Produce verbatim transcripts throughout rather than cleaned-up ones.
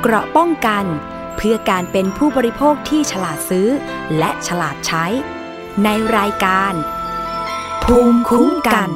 เกราะป้องกันเพื่อการเป็นผู้บริโภคที่ฉลาดซื้อและฉลาดใช้ในรายการภูมิคุ้มกัน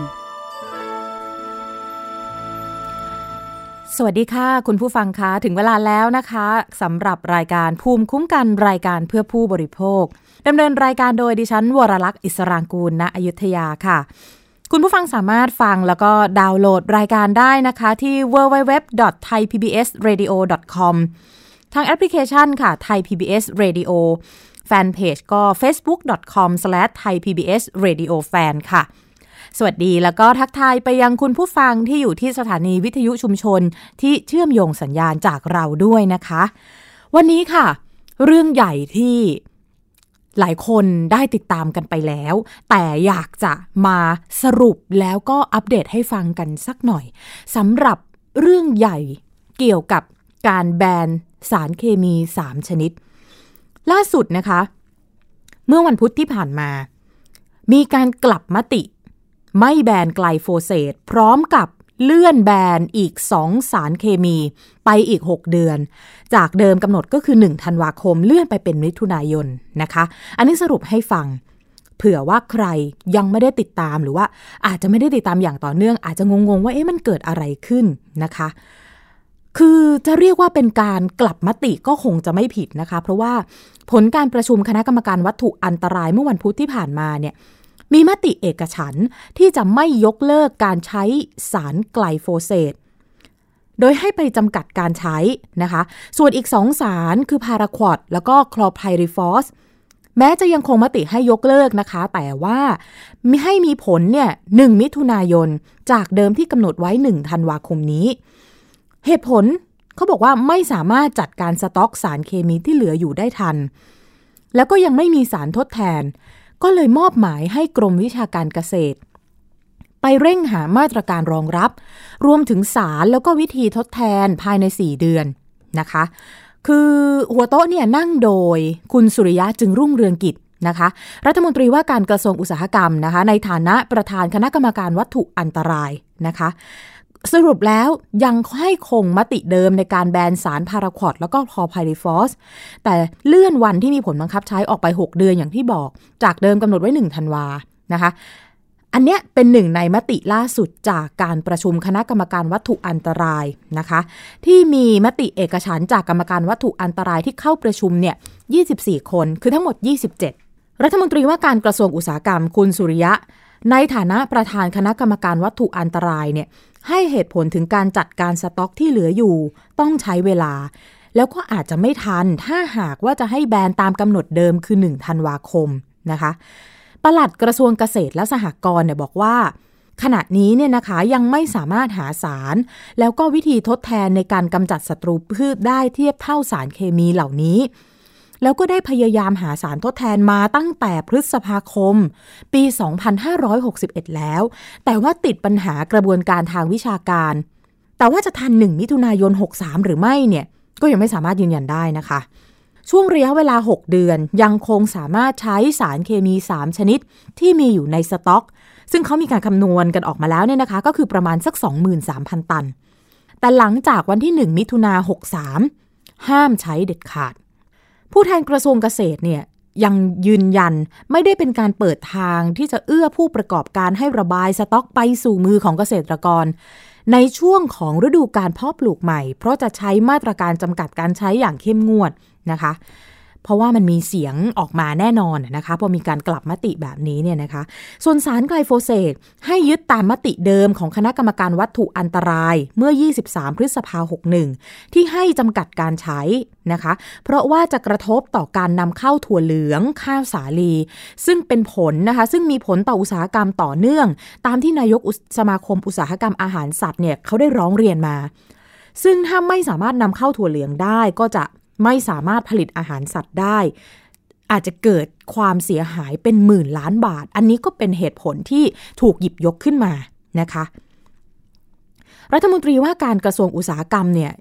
สวัสดีค่ะคุณผู้ฟังคะถึงเวลาแล้วนะคะสำหรับรายการภูมิคุ้มกันรายการเพื่อผู้บริโภคดำเนินรายการโดยดิฉันวรลักษณ์อิสรางกูลณอยุธยาค่ะคุณผู้ฟังสามารถฟังแล้วก็ดาวน์โหลดรายการได้นะคะที่ ดับเบิลยู ดับเบิลยู ดับเบิลยู ดอท ไทย พี บี เอส เรดิโอ ดอท คอม ทางแอปพลิเคชันค่ะ Thai พี บี เอส Radio แฟนเพจก็ เฟซบุ๊ก ดอท คอม สแลช ไทย พี บี เอส เรดิโอ แฟน ค่ะสวัสดีแล้วก็ทักทายไปยังคุณผู้ฟังที่อยู่ที่สถานีวิทยุชุมชนที่เชื่อมโยงสัญญาณจากเราด้วยนะคะวันนี้ค่ะเรื่องใหญ่ที่หลายคนได้ติดตามกันไปแล้วแต่อยากจะมาสรุปแล้วก็อัปเดตให้ฟังกันสักหน่อยสำหรับเรื่องใหญ่เกี่ยวกับการแบนสารเคมีสามชนิดล่าสุดนะคะเมื่อวันพุธที่ผ่านมามีการกลับมติไม่แบนไกลโฟเสตพร้อมกับเลื่อนแบนอีกสองสารเคมีไปอีกหกเดือนจากเดิมกำหนดก็คือหนึ่งธันวาคมเลื่อนไปเป็นมิถุนายนนะคะอันนี้สรุปให้ฟังเผื่อว่าใครยังไม่ได้ติดตามหรือว่าอาจจะไม่ได้ติดตามอย่างต่อเนื่องอาจจะงงๆว่าเอ๊ะมันเกิดอะไรขึ้นนะคะคือจะเรียกว่าเป็นการกลับมติก็คงจะไม่ผิดนะคะเพราะว่าผลการประชุมคณะกรรมการวัตถุอันตรายเมื่อวันพุธที่ผ่านมาเนี่ยมีมติเอกฉันท์ที่จะไม่ยกเลิกการใช้สารไกลโฟเสตโดยให้ไปจำกัดการใช้นะคะส่วนอีกสองสารคือพาราควอดแล้วก็คลอไพริฟอสแม้จะยังคงมติให้ยกเลิกนะคะแต่ว่ามีให้มีผลเนี่ยหนึ่งมิถุนายนจากเดิมที่กำหนดไว้หนึ่งธันวาคมนี้เหตุผลเขาบอกว่าไม่สามารถจัดการสต็อกสารเคมีที่เหลืออยู่ได้ทันแล้วก็ยังไม่มีสารทดแทนก็เลยมอบหมายให้กรมวิชาการเกษตรไปเร่งหามาตรการรองรับรวมถึงสารแล้วก็วิธีทดแทนภายในสี่เดือนนะคะคือหัวโต๊ะเนี่ยนั่งโดยคุณสุริยะจึงรุ่งเรืองกิจนะคะรัฐมนตรีว่าการกระทรวงอุตสาหกรรมนะคะในฐานะประธานคณะกรรมการวัตถุอันตรายนะคะสรุปแล้วยังให้คงมติเดิมในการแบนสารพาราควอดแล้วก็คลอไพริฟอสแต่เลื่อนวันที่มีผลบังคับใช้ออกไปหกเดือนอย่างที่บอกจากเดิมกำหนดไว้หนึ่งธันวานะคะอันเนี้ยเป็นหนึ่งในมติล่าสุดจากการประชุมคณะกรรมการวัตถุอันตรายนะคะที่มีมติเอกฉันท์จากกรรมการวัตถุอันตรายที่เข้าประชุมเนี่ยยี่สิบสี่คนคือทั้งหมดยี่สิบเจ็ดรัฐมนตรีว่าการกระทรวงอุตสาหกรรมคุณสุริยะในฐานะประธานคณะกรรมการวัตถุอันตรายเนี่ยให้เหตุผลถึงการจัดการสต็อกที่เหลืออยู่ต้องใช้เวลาแล้วก็อาจจะไม่ทันถ้าหากว่าจะให้แบนตามกำหนดเดิมคือหนึ่งธันวาคมนะคะปลัดกระทรวงเกษตรและสหกรณ์เนี่ยบอกว่าขณะนี้เนี่ยนะคะยังไม่สามารถหาสารแล้วก็วิธีทดแทนในการกำจัดศัตรูพืชได้เทียบเท่าสารเคมีเหล่านี้แล้วก็ได้พยายามหาสารทดแทนมาตั้งแต่พฤษภาคมปีสองพันห้าร้อยหกสิบเอ็ดแล้วแต่ว่าติดปัญหากระบวนการทางวิชาการแต่ว่าจะทันหนึ่งมิถุนายนหกสิบสามหรือไม่เนี่ยก็ยังไม่สามารถยืนยันได้นะคะช่วงระยะเวลาหกเดือนยังคงสามารถใช้สารเคมีสามชนิดที่มีอยู่ในสต็อกซึ่งเขามีการคำนวณกันออกมาแล้วเนี่ยนะคะก็คือประมาณสัก สองหมื่นสามพัน ตันแต่หลังจากวันที่หนึ่งมิถุนายนหกสิบสามห้ามใช้เด็ดขาดผู้แทนกระทรวงเกษตรเนี่ยยังยืนยันไม่ได้เป็นการเปิดทางที่จะเอื้อผู้ประกอบการให้ระบายสต็อกไปสู่มือของเกษตรกรในช่วงของฤดูการเพาะปลูกใหม่เพราะจะใช้มาตรการจำกัดการใช้อย่างเข้มงวดนะคะเพราะว่ามันมีเสียงออกมาแน่นอนนะคะพอมีการกลับมติแบบนี้เนี่ยนะคะส่วนสารไกลโฟเสตให้ยึดตามมติเดิมของคณะกรรมการวัตถุอันตรายเมื่อยี่สิบสามพฤษภาคมหกสิบเอ็ดที่ให้จำกัดการใช้นะคะเพราะว่าจะกระทบต่อการนำเข้าถั่วเหลืองข้าวสาลีซึ่งเป็นผลนะคะซึ่งมีผลต่ออุตสาหกรรมต่อเนื่องตามที่นายกสมาคมอุตสาหกรรมอาหารสัตว์เนี่ยเขาได้ร้องเรียนมาซึ่งถ้าไม่สามารถนำเข้าถั่วเหลืองได้ก็จะไม่สามารถผลิตอาหารสัตว์ได้อาจจะเกิดความเสียหายเป็นหมื่นล้านบาทอันนี้ก็เป็นเหตุผลที่ถูกหยิบยกขึ้นมานะคะรัฐมนตรีว่าการกระทรวงอุตสาหกรรมเนี่ย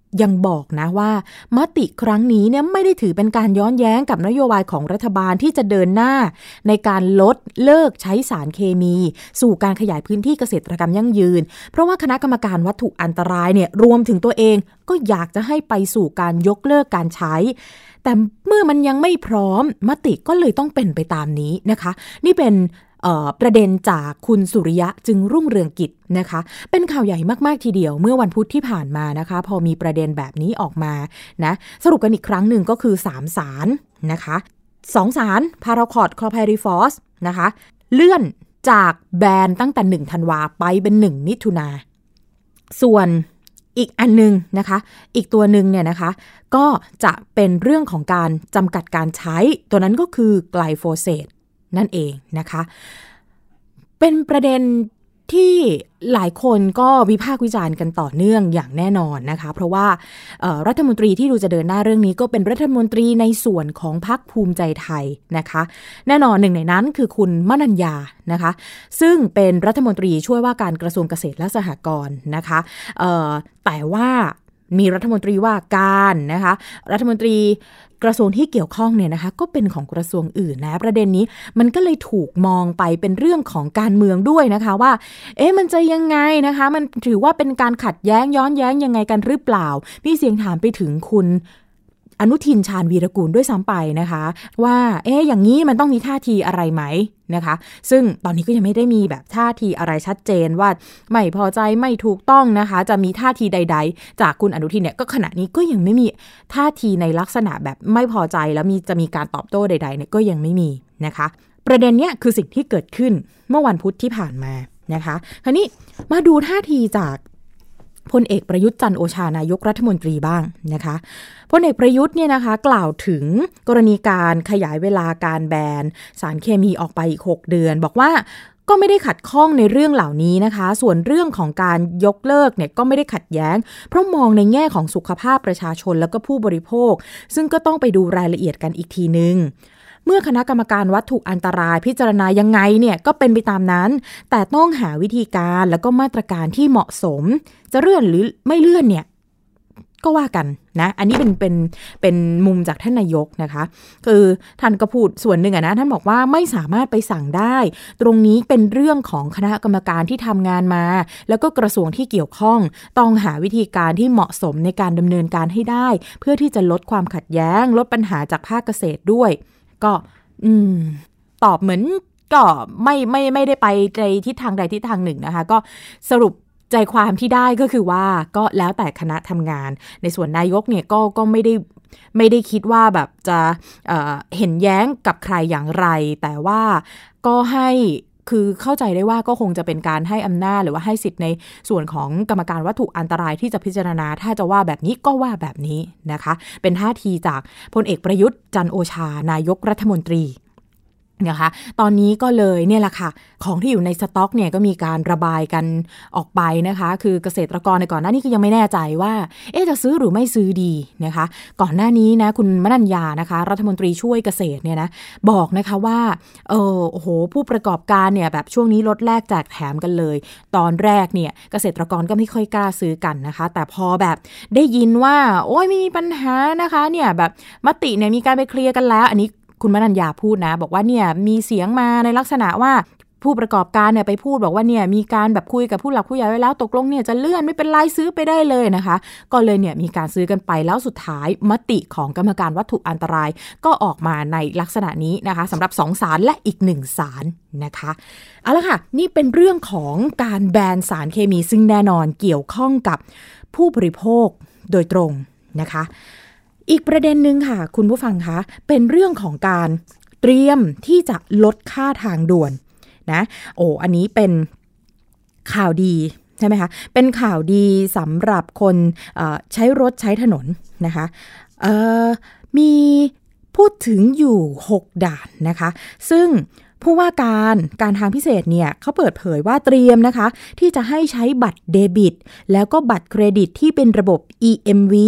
ยังบอกนะว่ามติครั้งนี้เนี่ยไม่ได้ถือเป็นการย้อนแย้งกับนโยบายของรัฐบาลที่จะเดินหน้าในการลดเลิกใช้สารเคมีสู่การขยายพื้นที่เกษตรกรรมยั่งยืนเพราะว่าคณะกรรมการวัตถุอันตรายเนี่ยรวมถึงตัวเองก็อยากจะให้ไปสู่การยกเลิกการใช้แต่เมื่อมันยังไม่พร้อมมติก็เลยต้องเป็นไปตามนี้นะคะนี่เป็นประเด็นจากคุณสุริยะจึงรุ่งเรืองกิจนะคะเป็นข่าวใหญ่มากๆทีเดียวเมื่อวันพุธที่ผ่านมานะคะพอมีประเด็นแบบนี้ออกมานะสรุปกันอีกครั้งหนึ่งก็คือสามสารนะคะสองสารพาราคอร์ดคลอไพริฟอสนะคะเลื่อนจากแบนตั้งแต่หนึ่งธันวาไปเป็นหนึ่งมิถุนาส่วนอีกอันนึงนะคะอีกตัวหนึ่งเนี่ยนะคะก็จะเป็นเรื่องของการจำกัดการใช้ตัวนั้นก็คือไกลโฟเสตนั่นเองนะคะเป็นประเด็นที่หลายคนก็วิพากษ์วิจารณ์กันต่อเนื่องอย่างแน่นอนนะคะเพราะว่ารัฐมนตรีที่ดูจะเดินหน้าเรื่องนี้ก็เป็นรัฐมนตรีในส่วนของพรรคภูมิใจไทยนะคะแน่นอนหนึ่งในนั้นคือคุณมนัญญานะคะซึ่งเป็นรัฐมนตรีช่วยว่าการกระทรวงเกษตรและสหกรณ์นะคะแต่ว่ามีรัฐมนตรีว่าการนะคะรัฐมนตรีกระทรวงที่เกี่ยวข้องเนี่ยนะคะก็เป็นของกระทรวงอื่นนะประเด็นนี้มันก็เลยถูกมองไปเป็นเรื่องของการเมืองด้วยนะคะว่าเอ๊ะมันจะยังไงนะคะมันถือว่าเป็นการขัดแย้งย้อนแย้งยังไงกันหรือเปล่ามีเสียงถามไปถึงคุณอนุทินชาญวีรกูลด้วยซ้ำไปนะคะว่าเอ๊ะอย่างนี้มันต้องมีท่าทีอะไรไหมนะคะซึ่งตอนนี้ก็ยังไม่ได้มีแบบท่าทีอะไรชัดเจนว่าไม่พอใจไม่ถูกต้องนะคะจะมีท่าทีใดๆจากคุณอนุทินเนี่ยก็ขณะนี้ก็ยังไม่มีท่าทีในลักษณะแบบไม่พอใจแล้วมีจะมีการตอบโต้ใดๆเนี่ยก็ยังไม่มีนะคะประเด็นเนี้ยคือสิ่งที่เกิดขึ้นเมื่อวันพุธที่ผ่านมานะคะคราวนี้มาดูท่าทีจากพลเอกประยุทธ์จันทร์โอชานายกรัฐมนตรีบ้างนะคะพลเอกประยุทธ์เนี่ยนะคะกล่าวถึงกรณีการขยายเวลาการแบนสารเคมีออกไปอีกหกเดือนบอกว่าก็ไม่ได้ขัดข้องในเรื่องเหล่านี้นะคะส่วนเรื่องของการยกเลิกเนี่ยก็ไม่ได้ขัดแย้งเพราะมองในแง่ของสุขภาพประชาชนแล้วก็ผู้บริโภคซึ่งก็ต้องไปดูรายละเอียดกันอีกทีนึงเมื่อคณะกรรมการวัตถุอันตรายพิจารณายังไงเนี่ยก็เป็นไปตามนั้นแต่ต้องหาวิธีการแล้วก็มาตรการที่เหมาะสมจะเลื่อนหรือไม่เลื่อนเนี่ยก็ว่ากันนะอันนี้เป็นเป็นเป็นมุมจากท่านนายกนะคะคือท่านก็พูดส่วนหนึ่งอะนะท่านบอกว่าไม่สามารถไปสั่งได้ตรงนี้เป็นเรื่องของคณะกรรมการที่ทำงานมาแล้วก็กระทรวงที่เกี่ยวข้องต้องหาวิธีการที่เหมาะสมในการดำเนินการให้ได้เพื่อที่จะลดความขัดแย้งลดปัญหาจากภาคเกษตรด้วยก็อืมตอบเหมือนก็ไม่ไม่ไม่ได้ไปในทิศทางใดทิศทางหนึ่งนะคะก็สรุปใจความที่ได้ก็คือว่าก็แล้วแต่คณะทำงานในส่วนนายกเนี่ยก็ก็ไม่ได้ไม่ได้คิดว่าแบบจะเอ่อเห็นแย้งกับใครอย่างไรแต่ว่าก็ให้คือเข้าใจได้ว่าก็คงจะเป็นการให้อำนาจหรือว่าให้สิทธิ์ในส่วนของกรรมการวัตถุอันตรายที่จะพิจารณาถ้าจะว่าแบบนี้ก็ว่าแบบนี้นะคะเป็นท่าทีจากพลเอกประยุทธ์จันทร์โอชานายกรัฐมนตรีนะคะตอนนี้ก็เลยเนี่ยแหละค่ะของที่อยู่ในสต็อกเนี่ยก็มีการระบายกันออกไปนะคะคือเกษตรกรในก่อนหน้านี้ก็ยังไม่แน่ใจว่าเอ๊ะจะซื้อหรือไม่ซื้อดีนะคะก่อนหน้านี้นะคุณมนัญญานะคะรัฐมนตรีช่วยเกษตรเนี่ยนะบอกนะคะว่าเออโอ้โหผู้ประกอบการเนี่ยแบบช่วงนี้ลดแลกแจกแถมกันเลยตอนแรกเนี่ยเกษตรกรก็ไม่ค่อยกล้าซื้อกันนะคะแต่พอแบบได้ยินว่าโอ้ยไม่มีปัญหานะคะเนี่ยแบบมติเนี่ยมีการไปเคลียร์กันแล้วอันนี้คุณมนัญญาพูดนะบอกว่าเนี่ยมีเสียงมาในลักษณะว่าผู้ประกอบการเนี่ยไปพูดบอกว่าเนี่ยมีการแบบคุยกับผู้หลักผู้ใหญ่ไว้แล้วตกลงเนี่ยจะเลื่อนไม่เป็นไรซื้อไปได้เลยนะคะก็เลยเนี่ยมีการซื้อกันไปแล้วสุดท้ายมติของกรรมการวัตถุอันตรายก็ออกมาในลักษณะนี้นะคะสำหรับสองศาลและอีกหนึ่งศาลนะคะเอาละค่ะนี่เป็นเรื่องของการแบนสารเคมีซึ่งแน่นอนเกี่ยวข้องกับผู้บริโภคโดยตรงนะคะอีกประเด็นนึงค่ะคุณผู้ฟังคะเป็นเรื่องของการเตรียมที่จะลดค่าทางด่วนนะโอ้อันนี้เป็นข่าวดีใช่ไหมคะเป็นข่าวดีสำหรับคนใช้รถใช้ถนนนะคะมีพูดถึงอยู่หกด่านนะคะซึ่งผู้ว่าการการทางพิเศษเนี่ยเขาเปิดเผยว่าเตรียมนะคะที่จะให้ใช้บัตรเดบิตแล้วก็บัตรเครดิตที่เป็นระบบ อี เอ็ม วี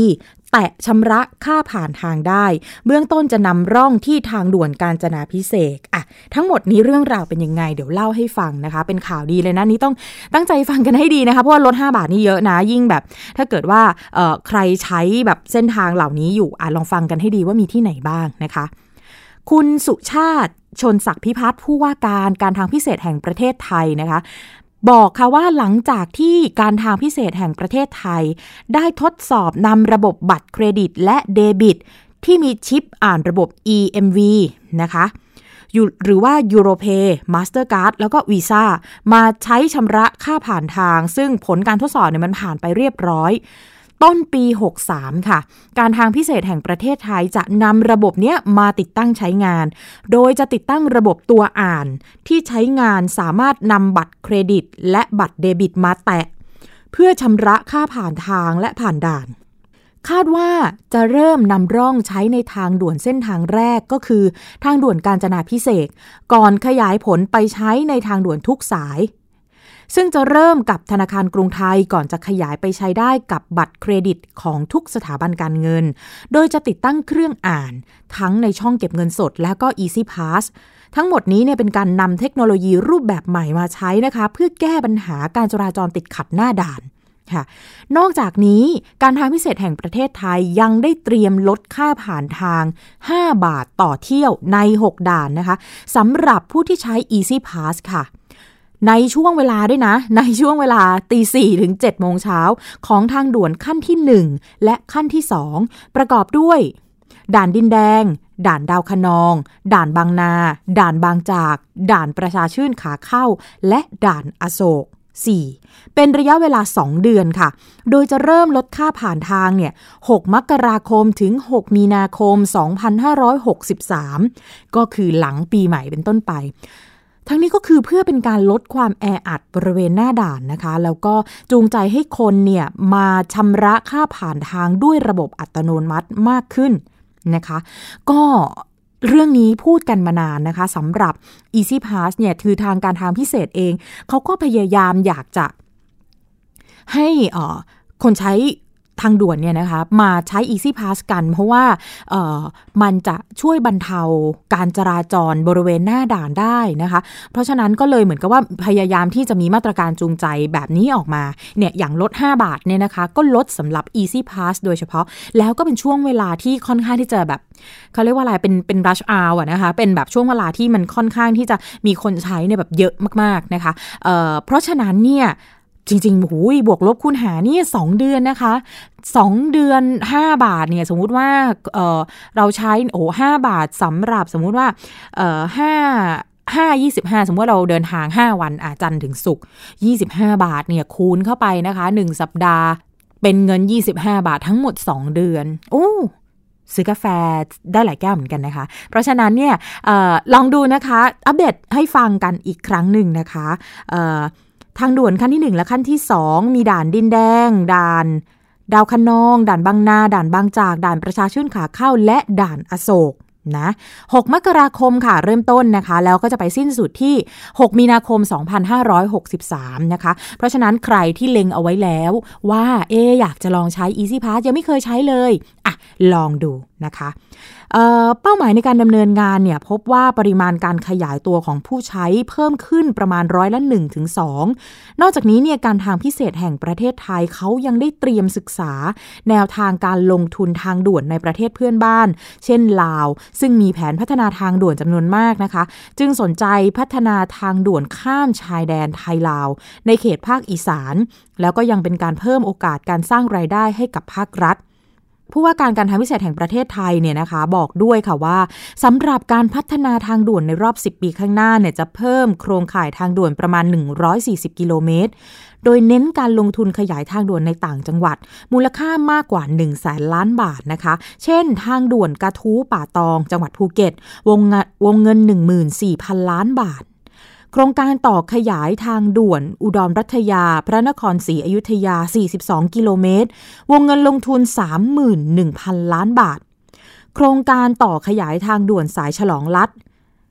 แตะชำระค่าผ่านทางได้เบื้องต้นจะนำร่องที่ทางด่วนกาญจนาภิเษกอ่ะทั้งหมดนี้เรื่องราวเป็นยังไงเดี๋ยวเล่าให้ฟังนะคะเป็นข่าวดีเลยนะนี่ต้องตั้งใจฟังกันให้ดีนะคะเพราะว่าลดห้าบาทนี่เยอะนะยิ่งแบบถ้าเกิดว่าเอ่อใครใช้แบบเส้นทางเหล่านี้อยู่อ่ะลองฟังกันให้ดีว่ามีที่ไหนบ้างนะคะคุณสุชาติชนศักดิ์พิพัฒน์ผู้ว่าการการทางพิเศษแห่งประเทศไทยนะคะบอกค่ะว่าหลังจากที่การทางพิเศษแห่งประเทศไทยได้ทดสอบนำระบบบัตรเครดิตและเดบิตที่มีชิปอ่านระบบ อี เอ็ม วี นะคะหรือว่า Europay Mastercard แล้วก็ Visa มาใช้ชำระค่าผ่านทางซึ่งผลการทดสอบเนี่ยมันผ่านไปเรียบร้อยต้นปีหกสามค่ะการทางพิเศษแห่งประเทศไทยจะนำระบบเนี้ยมาติดตั้งใช้งานโดยจะติดตั้งระบบตัวอ่านที่ใช้งานสามารถนำบัตรเครดิตและบัตรเดบิตมาแตะเพื่อชำระค่าผ่านทางและผ่านด่านคาดว่าจะเริ่มนำร่องใช้ในทางด่วนเส้นทางแรกก็คือทางด่วนกาญจนาภิเษกก่อนขยายผลไปใช้ในทางด่วนทุกสายซึ่งจะเริ่มกับธนาคารกรุงไทยก่อนจะขยายไปใช้ได้กับบัตรเครดิตของทุกสถาบันการเงินโดยจะติดตั้งเครื่องอ่านทั้งในช่องเก็บเงินสดและก็ Easy Pass ทั้งหมดนี้เนี่ยเป็นการนำเทคโนโลยีรูปแบบใหม่มาใช้นะคะเพื่อแก้ปัญหาการจราจรติดขัดหน้าด่านค่ะนอกจากนี้การทางพิเศษแห่งประเทศไทยยังได้เตรียมลดค่าผ่านทางห้าบาทต่อเที่ยวในหกด่านนะคะสำหรับผู้ที่ใช้ Easy Pass ค่ะในช่วงเวลาด้วยนะในช่วงเวลาตีสี่ถึงเจ็ดโมงเช้าของทางด่วนขั้นที่หนึ่งและขั้นที่สองประกอบด้วยด่านดินแดงด่านดาวคะนองด่านบางนาด่านบางจากด่านประชาชื่นขาเข้าและด่านอโศกสี่เป็นระยะเวลาสองเดือนค่ะโดยจะเริ่มลดค่าผ่านทางเนี่ยหกมกราคมถึงหกมีนาคมสองพันห้าร้อยหกสิบสามก็คือหลังปีใหม่เป็นต้นไปทั้งนี้ก็คือเพื่อเป็นการลดความแออัดบริเวณหน้าด่านนะคะแล้วก็จูงใจให้คนเนี่ยมาชำระค่าผ่านทางด้วยระบบอัตโนมัติมากขึ้นนะคะก็เรื่องนี้พูดกันมานานนะคะสำหรับ Easy Pass เนี่ยคือทางการทางพิเศษเองเขาก็พยายามอยากจะให้อ่อคนใช้ทางด่วนเนี่ยนะคะมาใช้ Easy Pass กันเพราะว่าเอ่อมันจะช่วยบรรเทาการจราจรบริเวณหน้าด่านได้นะคะเพราะฉะนั้นก็เลยเหมือนกับว่าพยายามที่จะมีมาตรการจูงใจแบบนี้ออกมาเนี่ยอย่างลดห้าบาทเนี่ยนะคะก็ลดสำหรับ Easy Pass โดยเฉพาะแล้วก็เป็นช่วงเวลาที่ค่อนข้างที่จะแบบเขาเรียกว่าอะไรเป็นเป็น rush hour อ่ะนะคะเป็นแบบช่วงเวลาที่มันค่อนข้างที่จะมีคนใช้เนี่ยแบบเยอะมากๆนะคะเอ่อเพราะฉะนั้นเนี่ยจริงๆหูยบวกลบคูณหานี่สองเดือนนะคะสองเดือนห้าบาทเนี่ยสมมุติว่าเอ่อเราใช้โอ้ห้าบาทสำหรับสมมุติว่าเอ่อห้า ห้า ยี่สิบห้าสมมุติว่าเราเดินทางห้าวันอ่ะจันทร์ถึงศุกร์ยี่สิบห้าบาทเนี่ยคูณเข้าไปนะคะหนึ่งสัปดาห์เป็นเงินยี่สิบห้าบาททั้งหมดสองเดือนโอ้ซื้อกาแฟได้หลายแก้วเหมือนกันนะคะเพราะฉะนั้นเนี่ยเอ่อลองดูนะคะอัปเดตให้ฟังกันอีกครั้งหนึ่งนะคะเอ่อทางด่วนขั้นที่หนึ่งและขั้นที่สองมีด่านดินแดงด่านดาวคะนองด่านบางนาด่านบางจากด่านประชาชื่นขาเข้าและด่านอโศกนะหกมกราคมค่ะเริ่มต้นนะคะแล้วก็จะไปสิ้นสุดที่หกมีนาคมสองพันห้าร้อยหกสิบสามนะคะเพราะฉะนั้นใครที่เล็งเอาไว้แล้วว่าเอ๊ะอยากจะลองใช้ Easy Pass ยังไม่เคยใช้เลยอ่ะลองดูนะคะเอ่อเป้าหมายในการดำเนินงานเนี่ยพบว่าปริมาณการขยายตัวของผู้ใช้เพิ่มขึ้นประมาณร้อยละ หนึ่งถึงสอง นอกจากนี้เนี่ยการทางพิเศษแห่งประเทศไทยเขายังได้เตรียมศึกษาแนวทางการลงทุนทางด่วนในประเทศเพื่อนบ้านเช่นลาวซึ่งมีแผนพัฒนาทางด่วนจำนวนมากนะคะจึงสนใจพัฒนาทางด่วนข้ามชายแดนไทยลาวในเขตภาคอีสานแล้วก็ยังเป็นการเพิ่มโอกาสการสร้างรายได้ให้กับภาครัฐผู้ว่าการการทางพิเศษแห่งประเทศไทยเนี่ยนะคะบอกด้วยค่ะว่าสำหรับการพัฒนาทางด่วนในรอบสิบปีข้างหน้าเนี่ยจะเพิ่มโครงข่ายทางด่วนประมาณหนึ่งร้อยสี่สิบกิโลเมตรโดยเน้นการลงทุนขยายทางด่วนในต่างจังหวัดมูลค่ามากกว่าหนึ่งแสนล้านบาทนะคะเช่นทางด่วนกระทู้ป่าตองจังหวัดภูเก็ตวงวงเงิน หนึ่งหมื่นสี่พันล้านบาทโครงการต่อขยายทางด่วนอุดรรัตยาพระนครศรีอยุธยาสี่สิบสองกิโลเมตรวงเงินลงทุน สามหมื่นหนึ่งพันล้านบาทโครงการต่อขยายทางด่วนสายฉลองลัด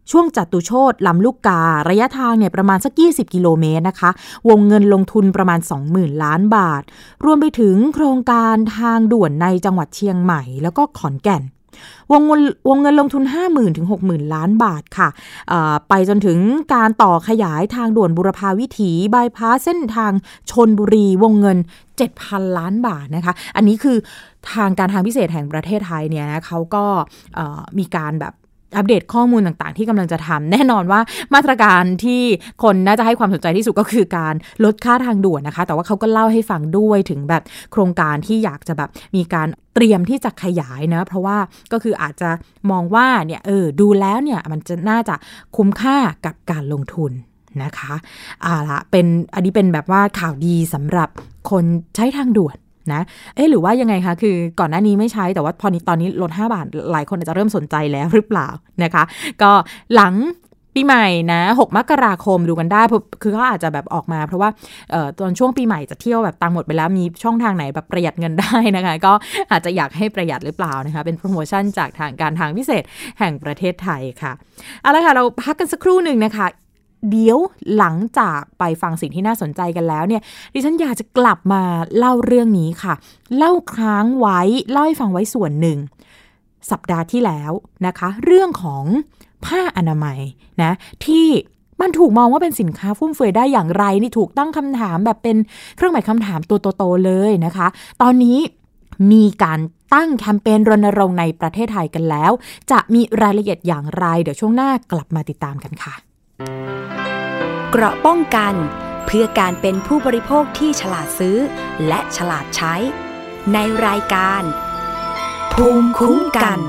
ช่วงจตุโชติลำลูกการะยะทางเนี่ยประมาณสักยี่สิบกิโลเมตรนะคะวงเงินลงทุนประมาณ สองหมื่น ล้านบาทรวมไปถึงโครงการทางด่วนในจังหวัดเชียงใหม่แล้วก็ขอนแก่นวงเงินวงเงินลงทุน ห้าหมื่น ถึง หกหมื่น ล้านบาทค่ะไปจนถึงการต่อขยายทางด่วนบุรพาวิถีบายพาสเส้นทางชลบุรีวงเงิน เจ็ดพัน ล้านบาทนะคะอันนี้คือทางการทางพิเศษแห่งประเทศไทยเนี่ยนะเขาก็มีการแบบอัปเดตข้อมูลต่างๆที่กำลังจะทำแน่นอนว่ามาตรการที่คนน่าจะให้ความสนใจที่สุดก็คือการลดค่าทางด่วนนะคะแต่ว่าเขาก็เล่าให้ฟังด้วยถึงแบบโครงการที่อยากจะแบบมีการเตรียมที่จะขยายนะเพราะว่าก็คืออาจจะมองว่าเนี่ยเออดูแล้วเนี่ยมันจะน่าจะคุ้มค่ากับการลงทุนนะคะอ่าละเป็นอันนี้เป็นแบบว่าข่าวดีสำหรับคนใช้ทางด่วนนะเอ๊ะหรือว่ายังไงคะคือก่อนหน้านี้ไม่ใช้แต่ว่าพอนี้ตอนนี้ลดห้าบาทหลายคนอาจจะเริ่มสนใจแล้วหรือเปล่านะคะก็หลังปีใหม่นะหกมกราคมดูกันได้คือเขาอาจจะแบบออกมาเพราะว่าเอ่อตอนช่วงปีใหม่จะเที่ยวแบบตังค์หมดไปแล้วมีช่องทางไหนแบบประหยัดเงินได้นะคะก็อาจจะอยากให้ประหยัดหรือเปล่านะคะเป็นโปรโมชั่นจากทางการทางพิเศษแห่งประเทศไทยค่ะเอาละค่ะเราพักกันสักครู่นึงนะคะเดี๋ยวหลังจากไปฟังสิ่งที่น่าสนใจกันแล้วเนี่ยดิฉันอยากจะกลับมาเล่าเรื่องนี้ค่ะเล่าค้างไว้เล่าให้ฟังไว้ส่วนหนึ่งสัปดาห์ที่แล้วนะคะเรื่องของผ้าอนามัยนะที่มันถูกมองว่าเป็นสินค้าฟุ่มเฟือยได้อย่างไรนี่ถูกตั้งคำถามแบบเป็นเครื่องหมายคำถามตัวโตๆเลยนะคะตอนนี้มีการตั้งแคมเปญรณรงค์ในประเทศไทยกันแล้วจะมีรายละเอียดอย่างไรเดี๋ยวช่วงหน้ากลับมาติดตามกันค่ะเกราะป้องกันเพื่อการเป็นผู้บริโภคที่ฉลาดซื้อและฉลาดใช้ในรายการภูมิคุ้มกัน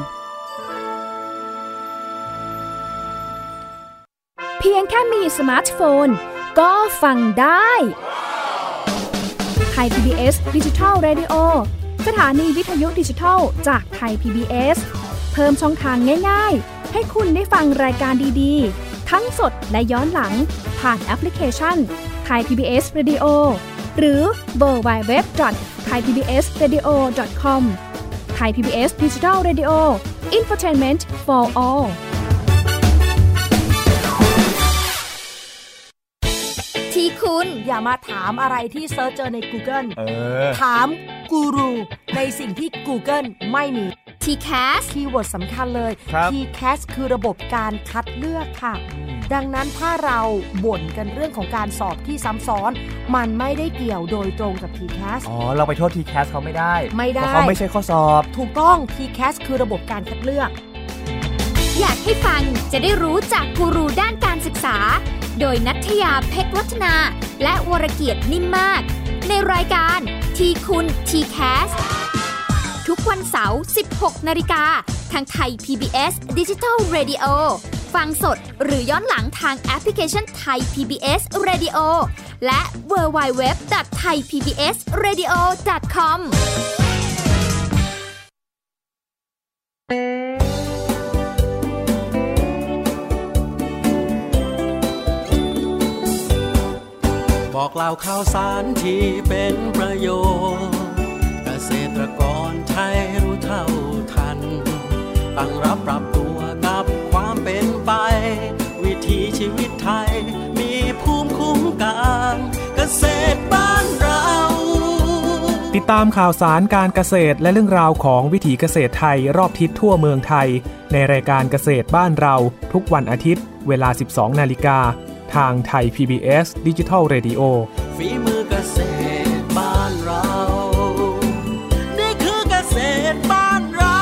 เพียงแค่มีสมาร์ทโฟนก็ฟังได้ไทย พี บี เอส Digital Radio สถานีวิทยุดิจิทัลจากไทย พี บี เอส เพิ่มช่องทางง่ายๆให้คุณได้ฟังรายการดีๆทั้งสดและย้อนหลังผ่านแอปพลิเคชัน Thai พี บี เอส Radio หรือ ดับเบิลยู ดับเบิลยู ดับเบิลยู ดอท ไทย พี บี เอส เรดิโอ ดอท คอม Thai พี บี เอส Digital Radio Infotainment for all ที่คุณอย่ามาถามอะไรที่เซิร์ชเจอใน Google เออถามกูรูในสิ่งที่ Google ไม่มีที แคสคีย์เวิร์ดสำคัญเลย ที แคส คือระบบการคัดเลือกค่ะดังนั้นถ้าเราบ่นกันเรื่องของการสอบที่ซ้ำซ้อนมันไม่ได้เกี่ยวโดยตรงกับ ที แคสอ๋อเราไปโทษ ที แคส เขาไม่ได้ไม่ได้เพราะเขาไม่ใช่ข้อสอบถูกต้อง ที แคส คือระบบการคัดเลือกอยากให้ฟังจะได้รู้จากกูรูด้านการศึกษาโดยณัฐยาเพชรวัฒนาและวรเกียรตินิ่มมากในรายการทีคุณ ที แคส ทุกวันเสาร์ สิบหกนาฬิกาทางไทย พี บี เอส Digital Radio ฟังสดหรือย้อนหลังทางแอปพลิเคชัน Thai พี บี เอส Radio และ ดับเบิลยู ดับเบิลยู ดับเบิลยู ดอท ไทย พี บี เอส เรดิโอ ดอท คอมบอกเล่าข่าวสารที่เป็นประโยชน์เกษตรกรไทยรู้เท่าทันตั้งรับปรับตัวกับความเป็นไปวิถีชีวิตไทยมีภูมิคุ้มกันเกษตรบ้านเราติดตามข่าวสารการเกษตรและเรื่องราวของวิถีเกษตรไทยรอบทิศทั่วเมืองไทยในรายการเกษตรบ้านเราทุกวันอาทิตย์เวลา สิบสองนาฬิกาทางไทย พี บี เอส Digital Radio ฝีมือเกษตรบ้านเรานี่คือเกษตรบ้านเรา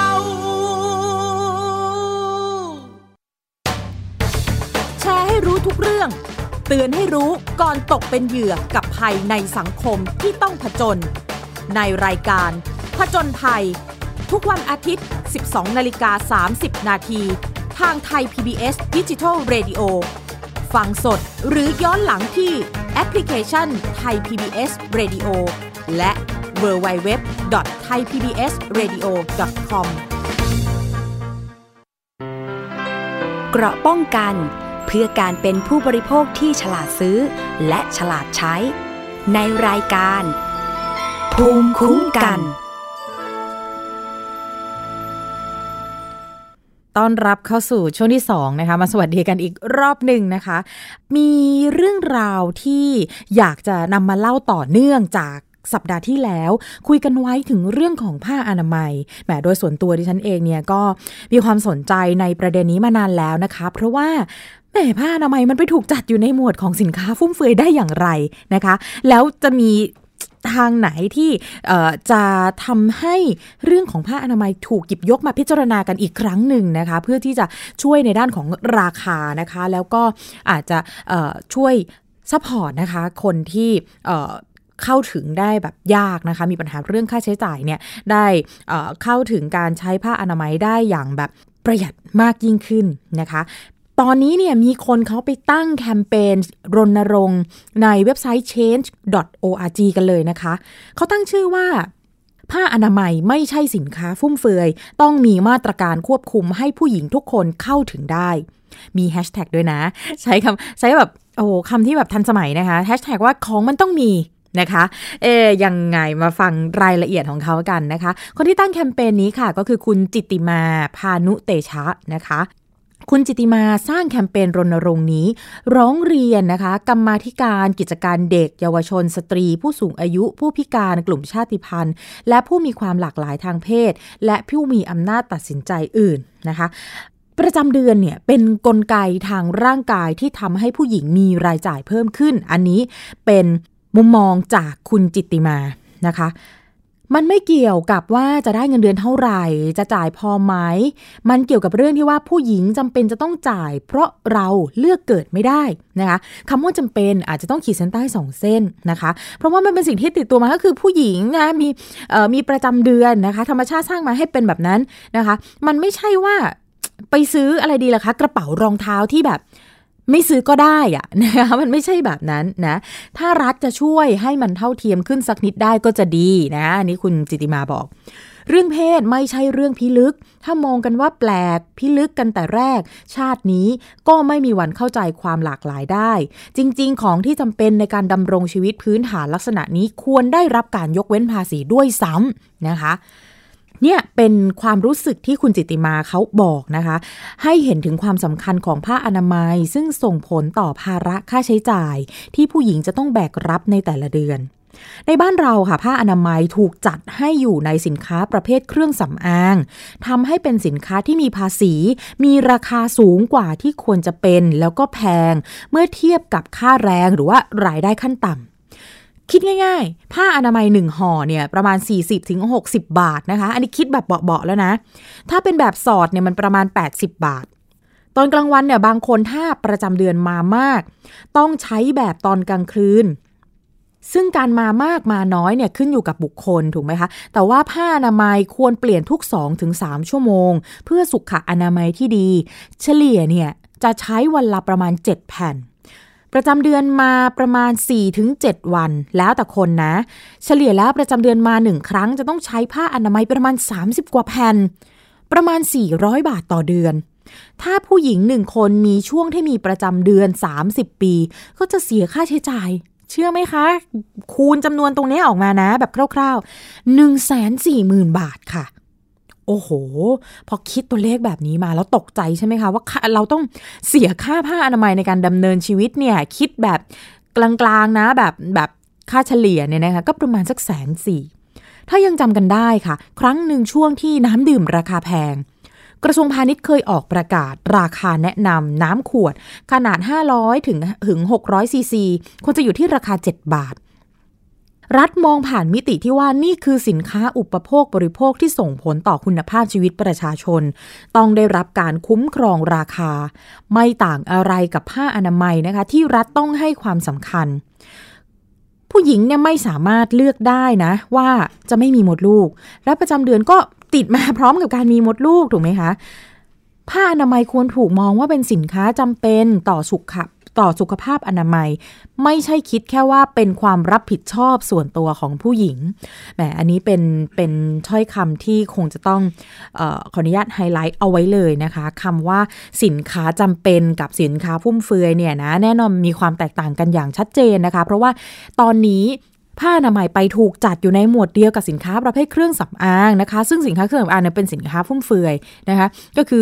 แชร์ให้รู้ทุกเรื่องเตือนให้รู้ก่อนตกเป็นเหยื่อกับภัยในสังคมที่ต้องผจญในรายการผจญภัยทุกวันอาทิตย์ สิบสองนาฬิกาสามสิบนาทีทางไทย พี บี เอส Digital Radioฟังสดหรือย้อนหลังที่แอปพลิเคชัน Thai พี บี เอส Radio และ ดับเบิลยู ดับเบิลยู ดับเบิลยู ดอท ไทย พี บี เอส เรดิโอ ดอท คอมเกราะป้องกันเพื่อการเป็นผู้บริโภคที่ฉลาดซื้อและฉลาดใช้ในรายการภูมิคุ้มกันต้อนรับเข้าสู่ช่วงที่สองนะคะมาสวัสดีกันอีกรอบหนึ่งนะคะมีเรื่องราวที่อยากจะนำมาเล่าต่อเนื่องจากสัปดาห์ที่แล้วคุยกันไว้ถึงเรื่องของผ้าอนามัยแหมโดยส่วนตัวดิฉันเองเนี่ยก็มีความสนใจในประเด็นนี้มานานแล้วนะคะเพราะว่าแหมผ้าอนามัยมันไปถูกจัดอยู่ในหมวดของสินค้าฟุ่มเฟือยได้อย่างไรนะคะแล้วจะมีทางไหนที่จะทำให้เรื่องของผ้าอนามัยถูกหยิบยกมาพิจารณากันอีกครั้งหนึ่งนะคะเพื่อที่จะช่วยในด้านของราคานะคะแล้วก็อาจจะช่วยซัพพอร์ตนะคะคนที่เข้าถึงได้แบบยากนะคะมีปัญหาเรื่องค่าใช้จ่ายเนี่ยได้เข้าถึงการใช้ผ้าอนามัยได้อย่างแบบประหยัดมากยิ่งขึ้นนะคะตอนนี้เนี่ยมีคนเขาไปตั้งแคมเปญรณรงค์ในเว็บไซต์ change ดอท โอ อาร์ จี กันเลยนะคะเขาตั้งชื่อว่าผ้าอนามัยไม่ใช่สินค้าฟุ่มเฟือยต้องมีมาตรการควบคุมให้ผู้หญิงทุกคนเข้าถึงได้มีแฮชแท็กด้วยนะใช้คำใช้แบบโอ้โหคำที่แบบทันสมัยนะคะแฮชแท็กว่าของมันต้องมีนะคะเอ๊ยยังไงมาฟังรายละเอียดของเขากันนะคะคนที่ตั้งแคมเปญนี้ค่ะก็คือคุณจิตติมาพานุเตชะนะคะคุณจิตติมาสร้างแคมเปญรณรงค์นี้ร้องเรียนนะคะกรรมาธิการกิจการเด็กเยาวชนสตรีผู้สูงอายุผู้พิการกลุ่มชาติพันธุ์และผู้มีความหลากหลายทางเพศและผู้มีอำนาจตัดสินใจอื่นนะคะประจำเดือนเนี่ยเป็นกลไกทางร่างกายที่ทำให้ผู้หญิงมีรายจ่ายเพิ่มขึ้นอันนี้เป็นมุมมองจากคุณจิตติมานะคะมันไม่เกี่ยวกับว่าจะได้เงินเดือนเท่าไหร่จะจ่ายพอไหมมันเกี่ยวกับเรื่องที่ว่าผู้หญิงจำเป็นจะต้องจ่ายเพราะเราเลือกเกิดไม่ได้นะคะคำว่าจำเป็นอาจจะต้องขีดเส้นใต้สองเส้นนะคะเพราะว่ามันเป็นสิ่งที่ติดตัวมาก็คือผู้หญิงนะมีเอ่อมีประจำเดือนนะคะธรรมชาติสร้างมาให้เป็นแบบนั้นนะคะมันไม่ใช่ว่าไปซื้ออะไรดีล่ะคะกระเป๋ารองเท้าที่แบบไม่ซื้อก็ได้อะนะคะมันไม่ใช่แบบนั้นนะถ้ารัฐจะช่วยให้มันเท่าเทียมขึ้นสักนิดได้ก็จะดีนะอันนี้คุณจิตติมาบอกเรื่องเพศไม่ใช่เรื่องพิลึกถ้ามองกันว่าแปลกพิลึกกันแต่แรกชาตินี้ก็ไม่มีวันเข้าใจความหลากหลายได้จริงๆของที่จำเป็นในการดำรงชีวิตพื้นฐานลักษณะนี้ควรได้รับการยกเว้นภาษีด้วยซ้ำนะคะเนี่ยเป็นความรู้สึกที่คุณจิตติมาเขาบอกนะคะให้เห็นถึงความสำคัญของผ้าอนามัยซึ่งส่งผลต่อภาระค่าใช้จ่ายที่ผู้หญิงจะต้องแบกรับในแต่ละเดือนในบ้านเราค่ะผ้าอนามัยถูกจัดให้อยู่ในสินค้าประเภทเครื่องสำอางทำให้เป็นสินค้าที่มีภาษีมีราคาสูงกว่าที่ควรจะเป็นแล้วก็แพงเมื่อเทียบกับค่าแรงหรือว่ารายได้ขั้นต่ำคิดง่ายๆผ้าอนามัยหนึ่งห่อเนี่ยประมาณ สี่สิบถึงหกสิบ บาทนะคะอันนี้คิดแบบเบาๆแล้วนะถ้าเป็นแบบสอดเนี่ยมันประมาณแปดสิบบาทตอนกลางวันเนี่ยบางคนถ้าประจำเดือนมามากต้องใช้แบบตอนกลางคืนซึ่งการมามากมาน้อยเนี่ยขึ้นอยู่กับบุคคลถูกไหมคะแต่ว่าผ้าอนามัยควรเปลี่ยนทุก สองถึงสาม ชั่วโมงเพื่อสุขอนามัยที่ดีเฉลี่ยเนี่ยจะใช้วันละประมาณเจ็ดแผ่นประจำเดือนมาประมาณ สี่ถึงเจ็ด วันแล้วแต่คนนะเฉลี่ยแล้วประจำเดือนมาหนึ่งครั้งจะต้องใช้ผ้าอนามัยประมาณสามสิบกว่าแผ่นประมาณสี่ร้อยบาทต่อเดือนถ้าผู้หญิงหนึ่งคนมีช่วงที่มีประจำเดือนสามสิบปีก็จะเสียค่าใช้จ่ายเชื่อไหมคะคูณจำนวนตรงนี้ออกมานะแบบคร่าวๆ หนึ่งแสนสี่หมื่น บาทค่ะโอ้โหพอคิดตัวเลขแบบนี้มาแล้วตกใจใช่ไหมคะว่าเราต้องเสียค่าผ้าอนามัยในการดำเนินชีวิตเนี่ยคิดแบบกลางๆนะแบบแบบค่าเฉลี่ยเนี่ยนะคะก็ประมาณสักแสนสี่ถ้ายังจำกันได้ค่ะครั้งหนึ่งช่วงที่น้ำดื่มราคาแพงกระทรวงพาณิชย์เคยออกประกาศราคาแนะนำน้ำขวดขนาดห้าร้อยถึงถึงหกร้อยซีซีควรจะอยู่ที่ราคาเจ็ดบาทรัฐมองผ่านมิติที่ว่านี่คือสินค้าอุปโภคบริโภคที่ส่งผลต่อคุณภาพชีวิตประชาชนต้องได้รับการคุ้มครองราคาไม่ต่างอะไรกับผ้าอนามัยนะคะที่รัฐต้องให้ความสำคัญผู้หญิงเนี่ยไม่สามารถเลือกได้นะว่าจะไม่มีมดลูกและประจำเดือนก็ติดมาพร้อมกับการมีมดลูกถูกไหมคะผ้าอนามัยควรถูกมองว่าเป็นสินค้าจำเป็นต่อสุขต่อสุขภาพอนามัยไม่ใช่คิดแค่ว่าเป็นความรับผิดชอบส่วนตัวของผู้หญิงแหมอันนี้เป็นเป็นถ้อยคำที่คงจะต้องเอ่อขออนุญาตไฮไลท์เอาไว้เลยนะคะคำว่าสินค้าจำเป็นกับสินค้าฟุ่มเฟือยเนี่ยนะแน่นอนมีความแตกต่างกันอย่างชัดเจนนะคะเพราะว่าตอนนี้ผ้าอนามัยไปถูกจัดอยู่ในหมวดเดียวกับสินค้าประเภทเครื่องสำอางนะคะซึ่งสินค้าเครื่องสำอางเนี่ยเป็นสินค้าฟุ่มเฟือยนะคะก็คือ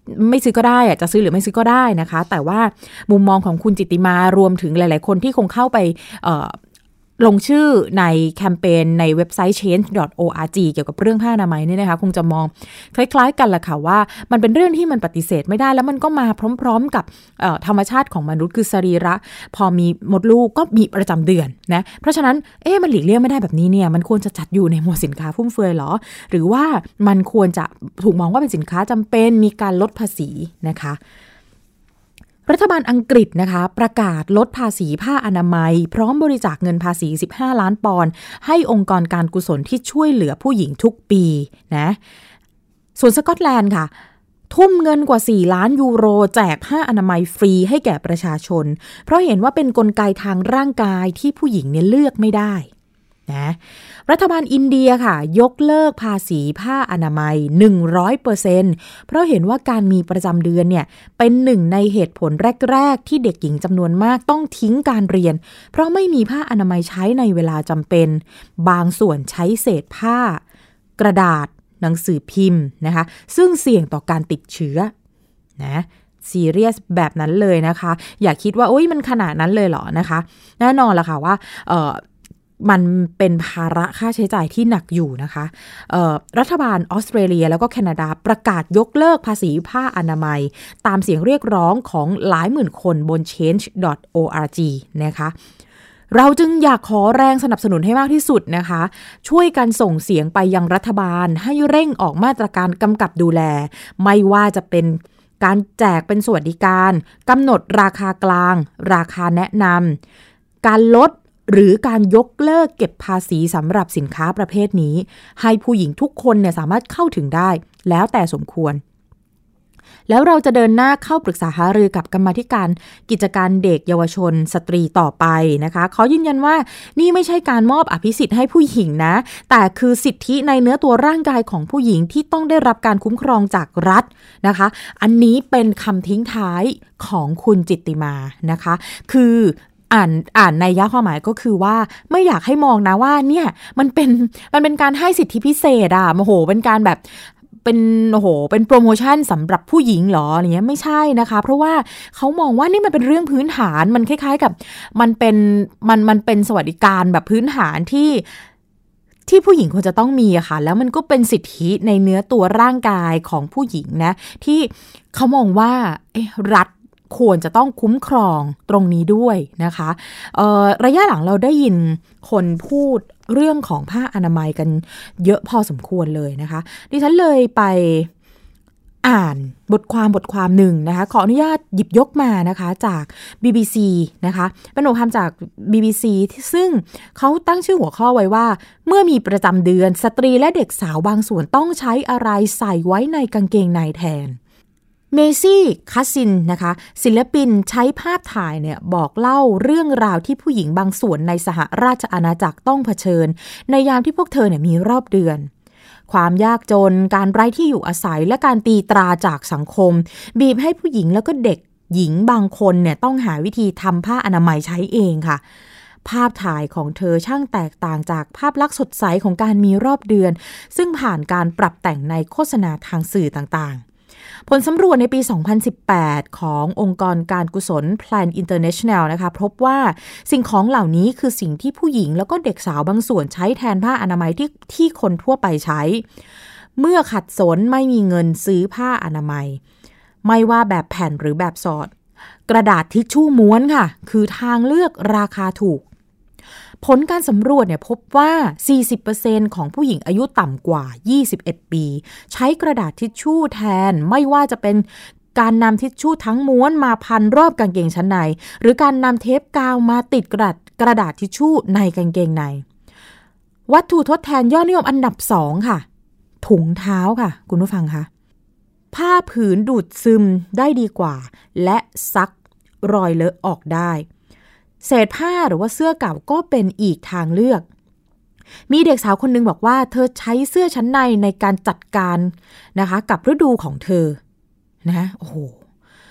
ไม่ซื้อก็ได้อะจะซื้อหรือไม่ซื้อก็ได้นะคะแต่ว่ามุมมองของคุณจิตติมารวมถึงหลายๆคนที่คงเข้าไปเอ่อลงชื่อในแคมเปญในเว็บไซต์ change ดอท โอ อาร์ จี เกี่ยวกับเรื่องผ้าอนามัยเนี่ยนะคะคงจะมองคล้ายๆกันแหละค่ะว่ามันเป็นเรื่องที่มันปฏิเสธไม่ได้แล้วมันก็มาพร้อมๆกับธรรมชาติของมนุษย์คือสรีระพอมีมดลูกก็มีประจำเดือนนะเพราะฉะนั้นเอ๊ะมันหลีกเลี่ยงไม่ได้แบบนี้เนี่ยมันควรจะจัดอยู่ในหมวดสินค้าฟุ่มเฟือยหรอหรือว่ามันควรจะถูกมองว่าเป็นสินค้าจำเป็นมีการลดภาษีนะคะรัฐบาลอังกฤษนะคะประกาศลดภาษีผ้าอนามัยพร้อมบริจาคเงินภาษีสิบห้าล้านปอนด์ให้องค์กรการกุศลที่ช่วยเหลือผู้หญิงทุกปีนะส่วนสกอตแลนด์ค่ะทุ่มเงินกว่าสี่ล้านยูโรแจกผ้าอนามัยฟรีให้แก่ประชาชนเพราะเห็นว่าเป็นกลไกทางร่างกายที่ผู้หญิงเนี่ยเลือกไม่ได้นะรัฐบาลอินเดียค่ะยกเลิกภาษีผ้าอนามัย หนึ่งร้อยเปอร์เซ็นต์ เพราะเห็นว่าการมีประจำเดือนเนี่ยเป็นหนึ่งในเหตุผลแรกๆที่เด็กหญิงจำนวนมากต้องทิ้งการเรียนเพราะไม่มีผ้าอนามัยใช้ในเวลาจำเป็นบางส่วนใช้เศษผ้ากระดาษหนังสือพิมพ์นะคะซึ่งเสี่ยงต่อการติดเชื้อนะซีเรียสแบบนั้นเลยนะคะอย่าคิดว่าโอ๊ยมันขนาดนั้นเลยเหรอนะคะแน่นอนละค่ะว่าเอ่อมันเป็นภาระค่าใช้จ่ายที่หนักอยู่นะคะรัฐบาลออสเตรเลียแล้วก็แคนาดาประกาศยกเลิกภาษีผ้าอนามัยตามเสียงเรียกร้องของหลายหมื่นคนบน change ดอท โอ อาร์ จี นะคะเราจึงอยากขอแรงสนับสนุนให้มากที่สุดนะคะช่วยกันส่งเสียงไปยังรัฐบาลให้เร่งออกมาตรการกำกับดูแลไม่ว่าจะเป็นการแจกเป็นสวัสดิการกำหนดราคากลางราคาแนะนำการลดหรือการยกเลิกเก็บภาษีสำหรับสินค้าประเภทนี้ให้ผู้หญิงทุกคนเนี่ยสามารถเข้าถึงได้แล้วแต่สมควรแล้วเราจะเดินหน้าเข้าปรึกษาหารือกับกรรมาธิการกิจการเด็กเยาวชนสตรีต่อไปนะคะขอยืนยันว่านี่ไม่ใช่การมอบอภิสิทธิ์ให้ผู้หญิงนะแต่คือสิทธิในเนื้อตัวร่างกายของผู้หญิงที่ต้องได้รับการคุ้มครองจากรัฐนะคะอันนี้เป็นคำทิ้งท้ายของคุณจิตติมานะคะคืออ่านอ่านในยะความหมายก็คือว่าไม่อยากให้มองนะว่าเนี่ยมันเป็นมันเป็นการให้สิทธิพิเศษอ่ะโอ้โหเป็นการแบบเป็นโอ้โหเป็นโปรโมชั่นสำหรับผู้หญิงหรออะไรเงี้ยไม่ใช่นะคะเพราะว่าเขามองว่านี่มันเป็นเรื่องพื้นฐานมันคล้ายๆกับมันเป็นมันมันเป็นสวัสดิการแบบพื้นฐานที่ที่ผู้หญิงควรจะต้องมีอะค่ะแล้วมันก็เป็นสิทธิในเนื้อตัวร่างกายของผู้หญิงนะที่เขามองว่าเอ๊ะรัฐควรจะต้องคุ้มครองตรงนี้ด้วยนะคะเอ่อระยะหลังเราได้ยินคนพูดเรื่องของผ้าอนามัยกันเยอะพอสมควรเลยนะคะดิฉันเลยไปอ่านบทความบทความหนึ่งนะคะขออนุญาตหยิบยกมานะคะจาก บี บี ซี นะคะเป็นบทความจาก บี บี ซี ซึ่งเขาตั้งชื่อหัวข้อไว้ว่าเมื่อมีประจำเดือนสตรีและเด็กสาวบางส่วนต้องใช้อะไรใส่ไว้ในกางเกงในแทนเมซี่คัสซินนะคะศิลปินใช้ภาพถ่ายเนี่ยบอกเล่าเรื่องราวที่ผู้หญิงบางส่วนในสหราชอาณาจักรต้องเผชิญในยามที่พวกเธอเนี่ยมีรอบเดือนความยากจนการไร้ที่อยู่อาศัยและการตีตราจากสังคมบีบให้ผู้หญิงแล้วก็เด็กหญิงบางคนเนี่ยต้องหาวิธีทำผ้าอนามัยใช้เองค่ะภาพถ่ายของเธอช่างแตกต่างจากภาพลักษณ์สดใสของการมีรอบเดือนซึ่งผ่านการปรับแต่งในโฆษณาทางสื่อต่างๆผลสำรวจในปี สองพันสิบแปด ขององค์กรการกุศล Plan International นะคะพบว่าสิ่งของเหล่านี้คือสิ่งที่ผู้หญิงแล้วก็เด็กสาวบางส่วนใช้แทนผ้าอนามัยที่ที่คนทั่วไปใช้เมื่อขัดสนไม่มีเงินซื้อผ้าอนามัยไม่ว่าแบบแผ่นหรือแบบสอดกระดาษทิชชู่ม้วนค่ะคือทางเลือกราคาถูกผลการสำรวจเนี่ยพบว่า สี่สิบเปอร์เซ็นต์ ของผู้หญิงอายุต่ำกว่ายี่สิบเอ็ดปีใช้กระดาษทิชชู่แทนไม่ว่าจะเป็นการนำทิชชู่ทั้งม้วนมาพันรอบกางเกงชั้นในหรือการนำเทปกาวมาติดกระดาษกระดาษทิชชู่ในกางเกงในวัตถุทดแทนยอดนิยมอันดับสองค่ะถุงเท้าค่ะคุณผู้ฟังคะผ้าผืนดูดซึมได้ดีกว่าและซักรอยเลอะออกได้เศษผ้าหรือว่าเสื้อเก่าก็เป็นอีกทางเลือกมีเด็กสาวคนนึงบอกว่าเธอใช้เสื้อชั้นในในการจัดการนะคะกับฤดูของเธอนะโอ้โห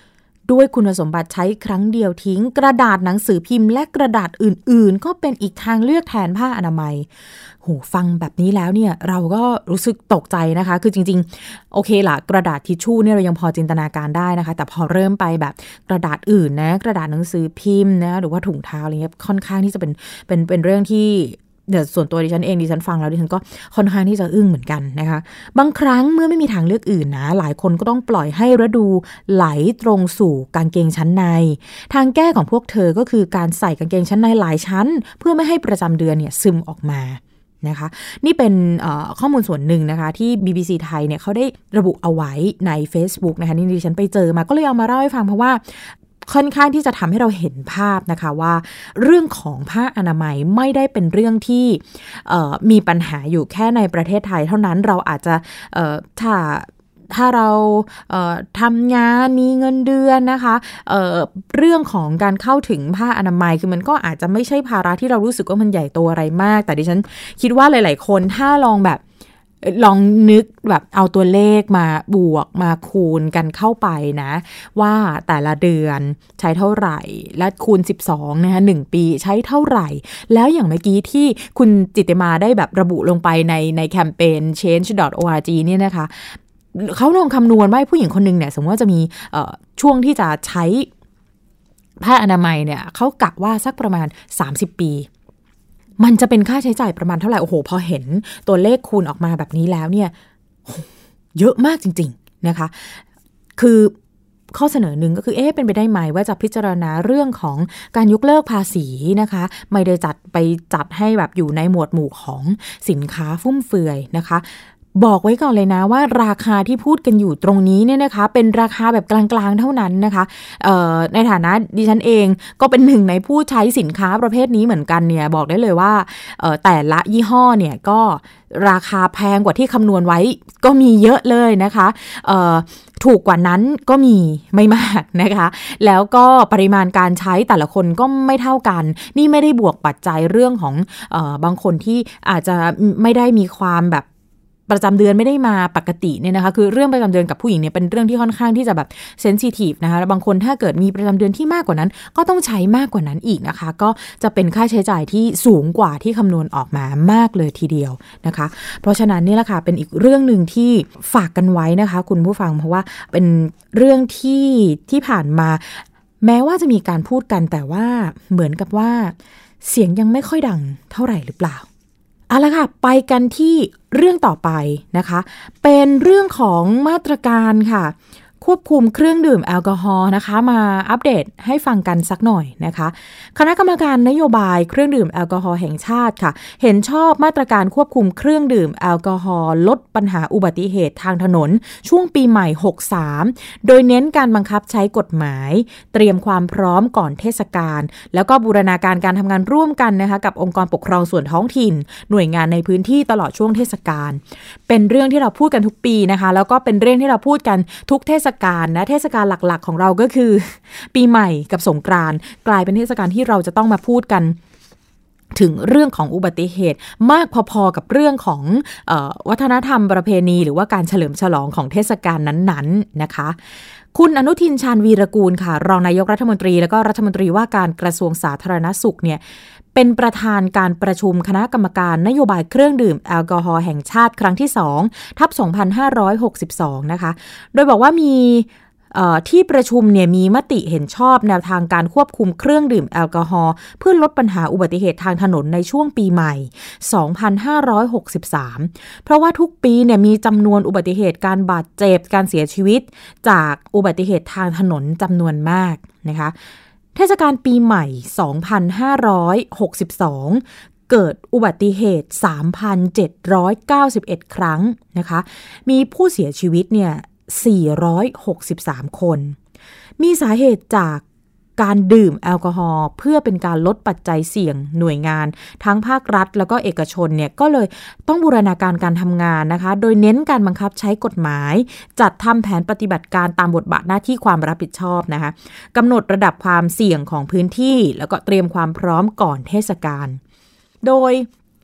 ด้วยคุณสมบัติใช้ครั้งเดียวทิ้งกระดาษหนังสือพิมพ์และกระดาษอื่นๆก็เป็นอีกทางเลือกแทนผ้าอนามัยโหฟังแบบนี้แล้วเนี่ยเราก็รู้สึกตกใจนะคะคือจริงๆโอเคล่ะกระดาษทิชชู่เนี่ยเรายังพอจินตนาการได้นะคะแต่พอเริ่มไปแบบกระดาษอื่นนะกระดาษหนังสือพิมพ์นะหรือว่าถุงเท้าอะไรเงี้ยค่อนข้างที่จะเป็นเป็นเป็นเรื่องที่เดี๋ยวส่วนตัวดิฉันเองดิฉันฟังแล้วดิฉันก็ค่อนข้างที่จะอึ้งเหมือนกันนะคะบางครั้งเมื่อไม่มีทางเลือกอื่นนะหลายคนก็ต้องปล่อยให้ฤดูไหลตรงสู่กางเกงชั้นในทางแก้ของพวกเธอก็คือการใส่กางเกงชั้นในหลายชั้นเพื่อไม่ให้ประจำเดือนเนี่ยซึมออกมานะคะนี่เป็นข้อมูลส่วนหนึ่งนะคะที่ บี บี ซี ไทยเนี่ยเขาได้ระบุเอาไว้ใน Facebook นะคะนี่ดิฉันไปเจอมาก็เลยเอามาเล่าให้ฟังเพราะว่าค่อนข้างที่จะทำให้เราเห็นภาพนะคะว่าเรื่องของผ้าอนามัยไม่ได้เป็นเรื่องที่มีปัญหาอยู่แค่ในประเทศไทยเท่านั้นเราอาจจะถ้าถ้าเราเอ่อทำงานมีเงินเดือนนะคะเอ่อเรื่องของการเข้าถึงผ้าอนามัยคือมันก็อาจจะไม่ใช่ภาระที่เรารู้สึกว่ามันใหญ่โตอะไรมากแต่ดิฉันคิดว่าหลายๆคนถ้าลองแบบลองนึกแบบเอาตัวเลขมาบวกมาคูณกันเข้าไปนะว่าแต่ละเดือนใช้เท่าไหร่และคูณสิบสองนะคะหนึ่งปีใช้เท่าไหร่แล้วอย่างเมื่อกี้ที่คุณจิตติมาได้แบบระบุลงไปในในแคมเปญ change ดอท โอ อาร์ จี เนี่ยนะคะเขาลองคำนวณว่าผู้หญิงคนนึงเนี่ยสมมติว่าจะมีช่วงที่จะใช้ผ้าอนามัยเนี่ยเขากะว่าสักประมาณสามสิบปีมันจะเป็นค่าใช้จ่ายประมาณเท่าไหร่โอ้โหพอเห็นตัวเลขคูณออกมาแบบนี้แล้วเนี่ยเยอะมากจริงๆนะคะคือข้อเสนอหนึ่งก็คือเอ๊ะเป็นไปได้ไหมว่าจะพิจารณาเรื่องของการยกเลิกภาษีนะคะไม่ได้จัดไปจัดให้แบบอยู่ในหมวดหมู่ของสินค้าฟุ่มเฟือยนะคะบอกไว้ก่อนเลยนะว่าราคาที่พูดกันอยู่ตรงนี้เนี่ยนะคะเป็นราคาแบบกลางๆเท่านั้นนะคะในฐานะดิฉันเองก็เป็นหนึ่งในผู้ใช้สินค้าประเภทนี้เหมือนกันเนี่ยบอกได้เลยว่าแต่ละยี่ห้อเนี่ยก็ราคาแพงกว่าที่คำนวณไว้ก็มีเยอะเลยนะคะถูกกว่านั้นก็มีไม่มากนะคะแล้วก็ปริมาณการใช้แต่ละคนก็ไม่เท่ากันนี่ไม่ได้บวกปัจจัยเรื่องของเอ่อบางคนที่อาจจะไม่ได้มีความแบบประจำเดือนไม่ได้มาปกติเนี่ยนะคะคือเรื่องประจำเดือนกับผู้หญิงเนี่ยเป็นเรื่องที่ค่อนข้างที่จะแบบเซนซิทีฟนะคะแล้วบางคนถ้าเกิดมีประจำเดือนที่มากกว่านั้นก็ต้องใช้มากกว่านั้นอีกนะคะก็จะเป็นค่าใช้จ่ายที่สูงกว่าที่คำนวณออกมามากเลยทีเดียวนะคะเพราะฉะนั้นนี่แหละค่ะเป็นอีกเรื่องนึงที่ฝากกันไว้นะคะคุณผู้ฟังเพราะว่าเป็นเรื่องที่ที่ผ่านมาแม้ว่าจะมีการพูดกันแต่ว่าเหมือนกับว่าเสียงยังไม่ค่อยดังเท่าไหร่หรือเปล่าเอาละค่ะไปกันที่เรื่องต่อไปนะคะเป็นเรื่องของมาตรการค่ะควบคุมเครื่องดื่มแอลกอฮอล์นะคะมาอัปเดตให้ฟังกันสักหน่อยนะคะคณะกรรมการนโยบายเครื่องดื่มแอลกอฮอล์แห่งชาติค่ะเห็นชอบมาตรการควบคุมเครื่องดื่มแอลกอฮอล์ลดปัญหาอุบัติเหตุทางถนนช่วงปีใหม่หกสามโดยเน้นการบังคับใช้กฎหมายเตรียมความพร้อมก่อนเทศกาลแล้วก็บูรณาการการทำงานร่วมกันนะคะกับองค์กรปกครองส่วนท้องถิ่นหน่วยงานในพื้นที่ตลอดช่วงเทศกาลเป็นเรื่องที่เราพูดกันทุกปีนะคะแล้วก็เป็นเรื่องที่เราพูดกันทุกเทศกาลนะเทศกาลหลักๆของเราก็คือปีใหม่กับสงกรานต์กลายเป็นเทศกาลที่เราจะต้องมาพูดกันถึงเรื่องของอุบัติเหตุมากพอๆกับเรื่องของเอ่อวัฒนธรรมประเพณีหรือว่าการเฉลิมฉลองของเทศกาลนั้นๆนะคะคุณอนุทินชาญวีรกูลค่ะรองนายกรัฐมนตรีแล้วก็รัฐมนตรีว่าการกระทรวงสาธารณสุขเนี่ยเป็นประธานการประชุมคณะกรรมการนโยบายเครื่องดื่มแอลกอฮอล์แห่งชาติครั้งที่สองทับสองพันห้าร้อยหกสิบสองนะคะโดยบอกว่ามีที่ประชุมเนี่ยมีมติเห็นชอบแนวทางการควบคุมเครื่องดื่มแอลกอฮอล์เพื่อลดปัญหาอุบัติเหตุทางถนนในช่วงปีใหม่สองพันห้าร้อยหกสิบสามเพราะว่าทุกปีเนี่ยมีจำนวนอุบัติเหตุการบาดเจ็บการเสียชีวิตจากอุบัติเหตุทางถนนจำนวนมากนะคะเทศกาลปีใหม่สองพันห้าร้อยหกสิบสองเกิดอุบัติเหตุ สามพันเจ็ดร้อยเก้าสิบเอ็ด ครั้งนะคะมีผู้เสียชีวิตเนี่ยสี่ร้อยหกสิบสามคนมีสาเหตุจากการดื่มแอลกอฮอล์เพื่อเป็นการลดปัจจัยเสี่ยงหน่วยงานทั้งภาครัฐแล้วก็เอกชนเนี่ยก็เลยต้องบูรณาการการทำงานนะคะโดยเน้นการบังคับใช้กฎหมายจัดทำแผนปฏิบัติการตามบทบาทหน้าที่ความรับผิดชอบนะคะกำหนดระดับความเสี่ยงของพื้นที่แล้วก็เตรียมความพร้อมก่อนเทศกาลโดย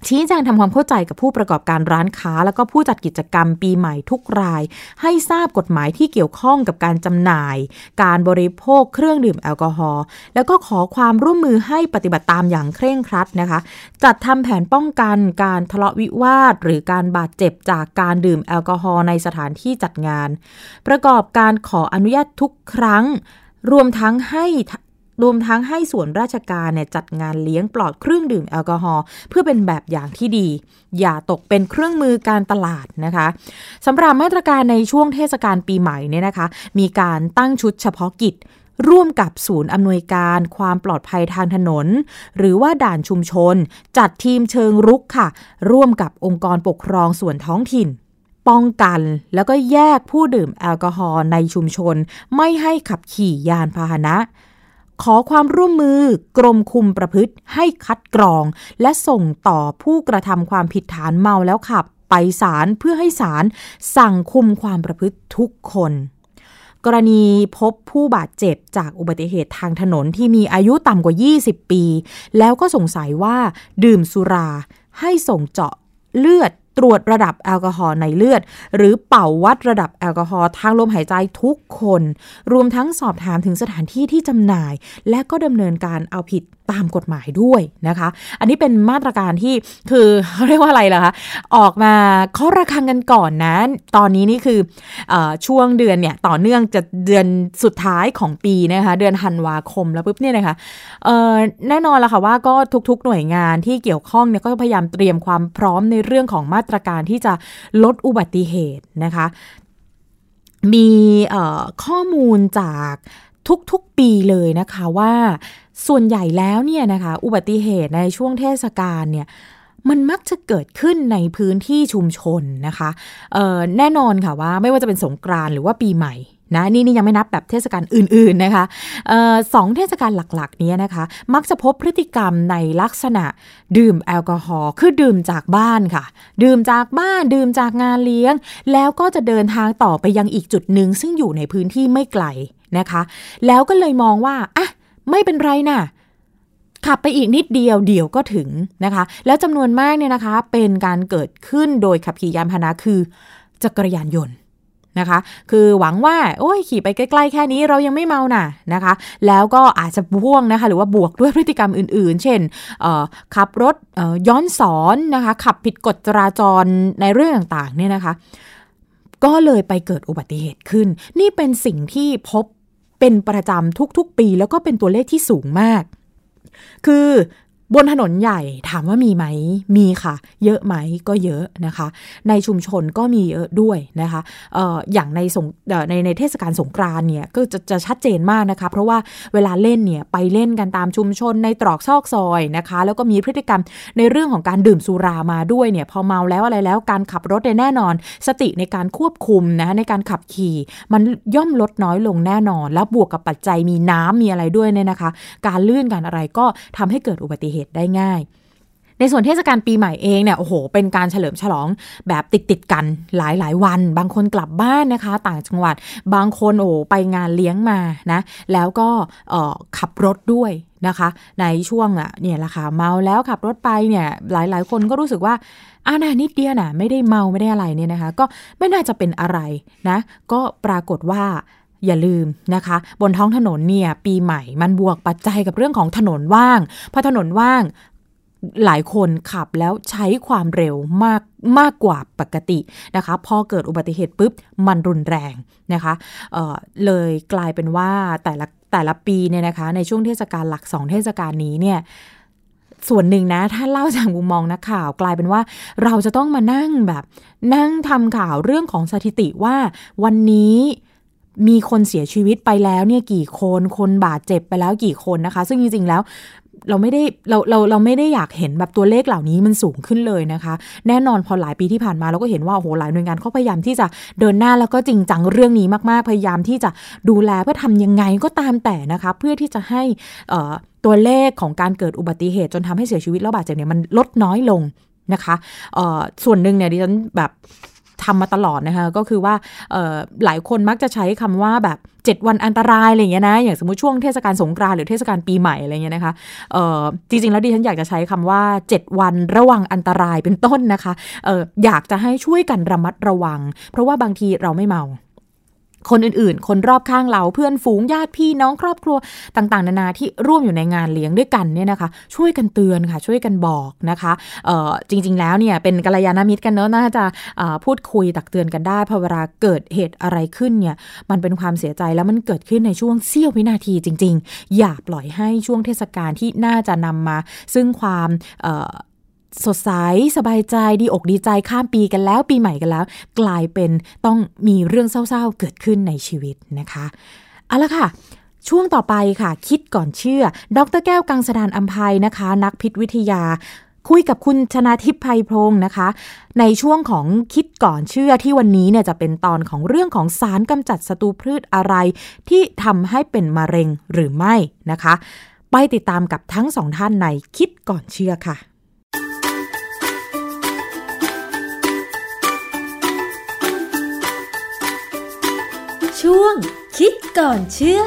ชี้แจงทำความเข้าใจกับผู้ประกอบการร้านค้าแล้วก็ผู้จัดกิจกรรมปีใหม่ทุกรายให้ทราบกฎหมายที่เกี่ยวข้องกับการจำหน่ายการบริโภคเครื่องดื่มแอลกอฮอล์แล้วก็ขอความร่วมมือให้ปฏิบัติตามอย่างเคร่งครัดนะคะจัดทำแผนป้องกันการทะเลาะวิวาทหรือการบาดเจ็บจากการดื่มแอลกอฮอล์ในสถานที่จัดงานประกอบการขออนุญาตทุกครั้งรวมทั้งให้รวมทั้งให้ส่วนราชการเนี่ยจัดงานเลี้ยงปลอดเครื่องดื่มแอลกอฮอล์เพื่อเป็นแบบอย่างที่ดีอย่าตกเป็นเครื่องมือการตลาดนะคะสำหรับมาตรการในช่วงเทศกาลปีใหม่เนี่ยนะคะมีการตั้งชุดเฉพาะกิจร่วมกับศูนย์อำนวยการความปลอดภัยทางถนนหรือว่าด่านชุมชนจัดทีมเชิงรุกค่ะร่วมกับองค์กรปกครองส่วนท้องถิ่นป้องกันแล้วก็แยกผู้ดื่มแอลกอฮอล์ในชุมชนไม่ให้ขับขี่ยานพาหนะขอความร่วมมือกรมคุมประพฤติให้คัดกรองและส่งต่อผู้กระทำความผิดฐานเมาแล้วขับไปศาลเพื่อให้ศาลสั่งคุมความประพฤติทุกคนกรณีพบผู้บาดเจ็บจากอุบัติเหตุทางถนนที่มีอายุต่ำกว่ายี่สิบปีแล้วก็สงสัยว่าดื่มสุราให้ส่งเจาะเลือดตรวจระดับแอลกอฮอล์ในเลือดหรือเป่าวัดระดับแอลกอฮอล์ทางลมหายใจทุกคนรวมทั้งสอบถามถึงสถานที่ที่จำหน่ายและก็ดำเนินการเอาผิดตามกฎหมายด้วยนะคะอันนี้เป็นมาตรการที่คือเขาเรียกว่าอะไรล่ะคะออกมาเคาะระฆังกันก่อนนะตอนนี้นี่คือเอ่อช่วงเดือนเนี่ยต่อเนื่องจะเดือนสุดท้ายของปีนะคะเดือนธันวาคมแล้วปุ๊บเนี่ยนะคะเอ่อแน่นอนละค่ะว่าก็ทุกๆหน่วยงานที่เกี่ยวข้องเนี่ยก็พยายามเตรียมความพร้อมในเรื่องของมาตรการที่จะลดอุบัติเหตุนะคะมีเอ่อข้อมูลจากทุกๆปีเลยนะคะว่าส่วนใหญ่แล้วเนี่ยนะคะอุบัติเหตุในช่วงเทศกาลเนี่ยมันมักจะเกิดขึ้นในพื้นที่ชุมชนนะคะเอ่อแน่นอนค่ะว่าไม่ว่าจะเป็นสงกรานต์หรือว่าปีใหม่นะนี่นี่ยังไม่นับแบบเทศกาลอื่นๆนะคะเอ่อสองเทศกาลหลักๆนี้นะคะมักจะพบพฤติกรรมในลักษณะดื่มแอลกอฮอล์คือดื่มจากบ้านค่ะดื่มจากบ้านดื่มจากงานเลี้ยงแล้วก็จะเดินทางต่อไปยังอีกจุดหนึ่งซึ่งอยู่ในพื้นที่ไม่ไกลนะคะแล้วก็เลยมองว่าอ่ะไม่เป็นไรน่ะขับไปอีกนิดเดียวเดี๋ยวก็ถึงนะคะแล้วจำนวนมากเนี่ยนะคะเป็นการเกิดขึ้นโดยขับขี่ยานพาหนะคือจักรยานยนต์นะคะคือหวังว่าโอ้ยขี่ไปใกล้ๆแค่นี้เรายังไม่เมาน่ะนะคะแล้วก็อาจจะพ่วงนะคะหรือว่าบวกด้วยพฤติกรรมอื่นๆเช่นขับรถย้อนสอนนะคะขับผิดกฎจราจรในเรื่องต่างๆเนี่ยนะคะก็เลยไปเกิดอุบัติเหตุขึ้นนี่เป็นสิ่งที่พบเป็นประจำทุกๆปีแล้วก็เป็นตัวเลขที่สูงมากคือบนถนนใหญ่ถามว่ามีไหมมีค่ะเยอะไหมก็เยอะนะคะในชุมชนก็มีเยอะด้วยนะคะเอ่ออย่างในสงในในเทศกาลสงกรานต์เนี่ยก็จะจะชัดเจนมากนะคะเพราะว่าเวลาเล่นเนี่ยไปเล่นกันตามชุมชนในตรอกซอกซอยนะคะแล้วก็มีพฤติกรรมในเรื่องของการดื่มสุรามาด้วยเนี่ยพอเมาแล้วอะไรแล้วการขับรถเนี่ยแน่นอนสติในการควบคุมนะในการขับขี่มันย่อมลดน้อยลงแน่นอนแล้วบวกกับปัจจัยมีน้ำมีอะไรด้วยเนี่ยนะคะการลื่นการอะไรก็ทำให้เกิดอุบัติเหตุได้ง่ายในส่วนเทศกาลปีใหม่เองเนี่ยโอ้โหเป็นการเฉลิมฉลองแบบติดติดกันหลายหลายวันบางคนกลับบ้านนะคะต่างจังหวัดบางคนโอ้ไปงานเลี้ยงมานะแล้วก็เอ่อขับรถด้วยนะคะในช่วงอ่ะเนี่ยแหละค่ะเมาแล้วขับรถไปเนี่ยหลายหลายคนก็รู้สึกว่าอ่าน่ะนิดเดียวน่ะไม่ได้เมาไม่ได้อะไรเนี่ยนะคะก็ไม่น่าจะเป็นอะไรนะก็ปรากฏว่าอย่าลืมนะคะบนท้องถนนเนี่ยปีใหม่มันบวกปัจจัยกับเรื่องของถนนว่างพอถนนว่างหลายคนขับแล้วใช้ความเร็วมากมากกว่าปกตินะคะพอเกิดอุบัติเหตุปุ๊บมันรุนแรงนะคะเอ่อเลยกลายเป็นว่าแต่ละแต่ละปีเนี่ยนะคะในช่วงเทศกาลหลักสองเทศกาลนี้เนี่ยส่วนหนึ่งนะถ้าเล่าจากมุมมองนักข่าวกลายเป็นว่าเราจะต้องมานั่งแบบนั่งทำข่าวเรื่องของสถิติว่าวันนี้มีคนเสียชีวิตไปแล้วเนี่ยกี่คนคนบาดเจ็บไปแล้วกี่คนนะคะซึ่งจริงๆแล้วเราไม่ได้เราเราเราไม่ได้อยากเห็นแบบตัวเลขเหล่านี้มันสูงขึ้นเลยนะคะแน่นอนพอหลายปีที่ผ่านมาเราก็เห็นว่าโอ้โหหลายหน่วยงานเขาพยายามที่จะเดินหน้าแล้วก็จริงจังเรื่องนี้มากๆพยายามที่จะดูแลเพื่อทำยังไงก็ตามแต่นะคะเพื่อที่จะให้เอ่อตัวเลขของการเกิดอุบัติเหตุจนทำให้เสียชีวิตแล้วบาดเจ็บเนี่ยมันลดน้อยลงนะคะเอ่อส่วนหนึ่งเนี่ยดิฉันแบบทำมาตลอดนะคะก็คือว่าหลายคนมักจะใช้คำว่าแบบเจ็ดวันอันตรายอะไรอย่างเงี้ยนะอย่างสมมุติช่วงเทศกาลสงกรานต์หรือเทศกาลปีใหม่อะไรเงี้ยนะคะเอ่อจริงๆแล้วดิฉันอยากจะใช้คำว่าเจ็ดวันระวังอันตรายเป็นต้นนะคะเอ่ออยากจะให้ช่วยกันระมัดระวังเพราะว่าบางทีเราไม่เมาคนอื่นๆคนรอบข้างเราเพื่อนฝูงญาติพี่น้องครอบครัวต่างๆนานาที่ร่วมอยู่ในงานเลี้ยงด้วยกันเนี่ยนะคะช่วยกันเตือนค่ะช่วยกันบอกนะคะเอ่อจริงๆแล้วเนี่ยเป็นกัลยาณมิตรกันเนอะน่าจะพูดคุยตักเตือนกันได้พอเวลาเกิดเหตุอะไรขึ้นเนี่ยมันเป็นความเสียใจแล้วมันเกิดขึ้นในช่วงเสี้ยววินาทีจริงๆอย่าปล่อยให้ช่วงเทศกาลที่น่าจะนำมาซึ่งความเอ่อสดใสสบายใจดีอกดีใจข้ามปีกันแล้วปีใหม่กันแล้วกลายเป็นต้องมีเรื่องเศร้าๆเกิดขึ้นในชีวิตนะคะเอาละค่ะช่วงต่อไปค่ะคิดก่อนเชื่อดร.แก้วกังสดาลอำไพนะคะนักพิษวิทยาคุยกับคุณชนาทิพย์ไพพงศ์นะคะในช่วงของคิดก่อนเชื่อที่วันนี้เนี่ยจะเป็นตอนของเรื่องของสารกำจัดศัตรูพืชอะไรที่ทำให้เป็นมะเร็งหรือไม่นะคะไปติดตามกับทั้งสองท่านในคิดก่อนเชื่อค่ะช่วงคิดก่อนเชื่อ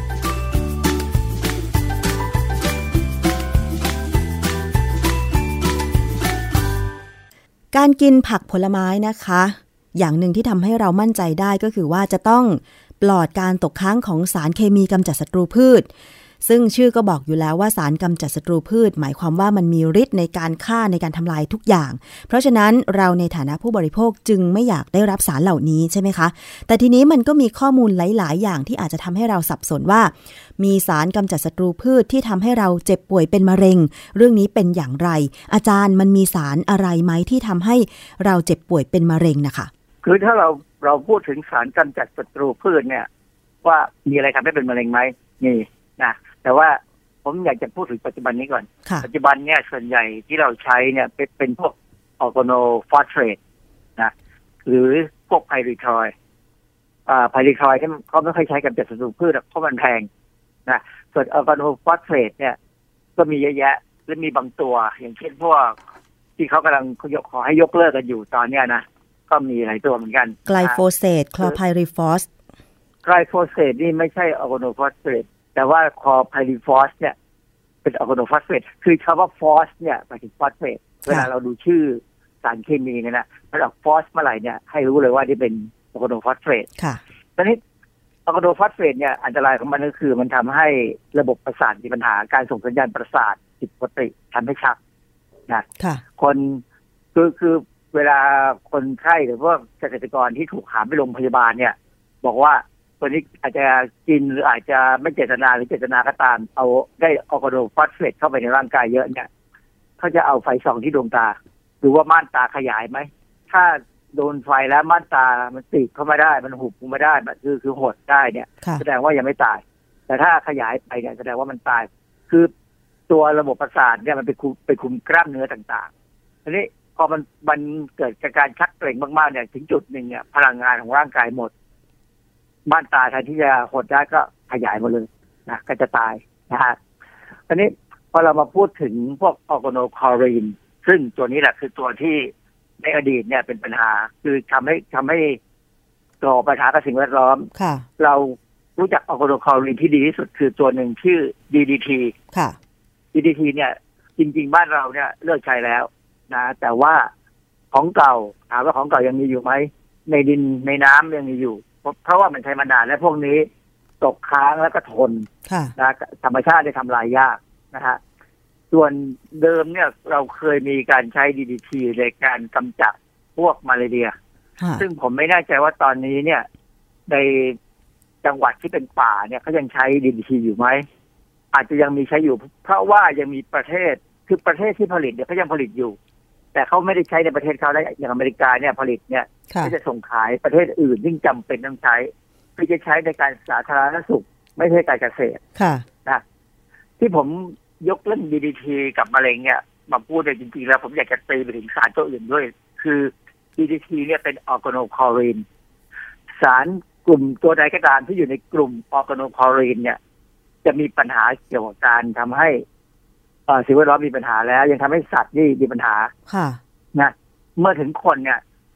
การกินผักผลไม้นะคะอย่างหนึ่งที่ทำให้เรามั่นใจได้ก็คือว่าจะต้องปลอดการตกค้างของสารเคมีกำจัดศัตรูพืชซึ่งชื่อก็บอกอยู่แล้วว่าสารกำจัดศัตรูพืชหมายความว่ามันมีฤทธิ์ในการฆ่าในการทำลายทุกอย่างเพราะฉะนั้นเราในฐานะผู้บริโภคจึงไม่อยากได้รับสารเหล่านี้ใช่ไหมคะแต่ทีนี้มันก็มีข้อมูลหลายๆอย่างที่อาจจะทำให้เราสับสนว่ามีสารกำจัดศัตรูพืชที่ทำให้เราเจ็บป่วยเป็นมะเร็งเรื่องนี้เป็นอย่างไรอาจารย์มันมีสารอะไรไหมที่ทำให้เราเจ็บป่วยเป็นมะเร็งนะคะคือถ้าเราเราพูดถึงสารกำจัดศัตรูพืชเนี่ยว่ามีอะไรทำให้เป็นมะเร็งไหมนี่นะแต่ว่าผมอยากจะพูดถึงปัจจุบันนี้ก่อนปัจจุบันเนี่ยส่วนใหญ่ที่เราใช้เนี่ยเป็นเป็นพวกออร์แกโนฟอสเฟตนะหรือพวกไพริทอยด์อ่าไพริทอยด์เนี่ยเขาไม่ค่อยใช้กำจัดศัตรูพืชเพราะมันแพงนะส่วนออร์แกโนฟอสเฟตเนี่ยก็มีเยอะแยะและมีบางตัวอย่างเช่นพวกที่เขากำลังขอให้ยกเลิกกันอยู่ตอนเนี้ยนะก็มีหลายตัวเหมือนกันไกลโฟเซตคลอไพริฟอสไกลโฟเซตนี่ไม่ใช่ออร์แกโนฟอสเฟตแต่ว่าคอไพริฟอสเนี่ยเป็นออร์แกโนฟอสเฟตคือคำว่าฟอสเนี่ยหมายถึงฟอสเฟตเวลาเราดูชื่อสารเคมีเนี่ยนะถ้าออกฟอสเมื่อไหร่เนี่ยให้รู้เลยว่าที่เป็นออร์แกโนฟอสเฟตค่ะตอนนี้ออร์แกโนฟอสเฟตเนี่ยอันตรายของมันก็คือมันทำให้ระบบประสาทมีปัญหาการส่งสัญญาณประสาทผิดปกติทำให้ชักนะคนคือคือเวลาคนไข้หรือพวกเกษตรกรที่ถูกหามไปโรงพยาบาลเนี่ยบอกว่าตัวนี้อาจจะกินหรืออาจจะไม่เจตนาหรือเจตนาก็ตามเอาได้ออร์แกโนฟอสเฟตเข้าไปในร่างกายเยอะเนี่ยเขาจะเอาไฟส่องที่ดวงตาดูว่าม่านตาขยายไหมถ้าโดนไฟแล้วม่านตามันติดเข้ามาได้มันหุบเข้ามาได้แบบคือคือหดได้เนี่ยแสดงว่ายังไม่ตายแต่ถ้าขยายไปเนี่ยแสดงว่ามันตายคือตัวระบบประสาทเนี่ยมันไปคุมไปคุมกล้ามเนื้อต่างๆทีนี้พอมันมันเกิดการชักเกร็งมากๆเนี่ยถึงจุดหนึ่งเนี่ยพลังงานของร่างกายหมดบ้านตาแทนที่จะหดได้ก็ขยายหมดเลยนะก็จะตายนะฮะตอนนี้พอเรามาพูดถึงพวกออร์แกโนคลอรีนซึ่งตัวนี้แหละคือตัวที่ในอดีตเนี่ยเป็นปัญหาคือทำให้ทำให้ก่อปัญหากับสิ่งแวดล้อมเรารู้จักออร์แกโนคลอรีนที่ดีที่สุดคือตัวหนึ่งชื่อ ดี ดี ทีค่ะดี ดี ที เนี่ยจริงๆบ้านเราเนี่ยเลิกใช้แล้วนะแต่ว่าของเก่าถามว่าของเก่ายังมีอยู่ไหมในดินในน้ำยังมีอยู่เพราะว่ามันใช้มานานและพวกนี้ตกค้างแล้วก็ทนนะธรรมชาติได้ทำลายยากนะฮะส่วนเดิมเนี่ยเราเคยมีการใช้ ดี ดี ที ในการกำจัดพวกมาลาเรียซึ่งผมไม่แน่ใจว่าตอนนี้เนี่ยในจังหวัดที่เป็นป่าเนี่ยเขายังใช้ ดี ดี ที อยู่ไหมอาจจะยังมีใช้อยู่เพราะว่ายังมีประเทศคือประเทศที่ผลิตเนี่ยเขายังผลิตอยู่แต่เขาไม่ได้ใช้ในประเทศเขาได้อย่างอเมริกาเนี่ยผลิตเนี่ยก็จะส่งขายประเทศอื่นยิ่งจำเป็นต้องใช้เพื่อจะใช้ในการสาธารณสุขไม่ใช่การเกษตรนะที่ผมยกเรื่อง ดี ดี ที กับมะเร็งเนี่ยมาพูดเนี่ยจริงๆแล้วผมอยากจะตีไปถึงสารตัวอื่นด้วยคือ ดี ดี ที เนี่ยเป็นออร์แกโนคลอรีนสารกลุ่มตัวใดก็ตามที่อยู่ในกลุ่มออร์แกโนคลอรีนเนี่ยจะมีปัญหาเกี่ยวกับการทำให้สิ่งแวดล้อมมีปัญหาแล้วยังทำให้สัตว์นี่มีปัญหาค่ะนะเมื่อถึงคนเนี่ย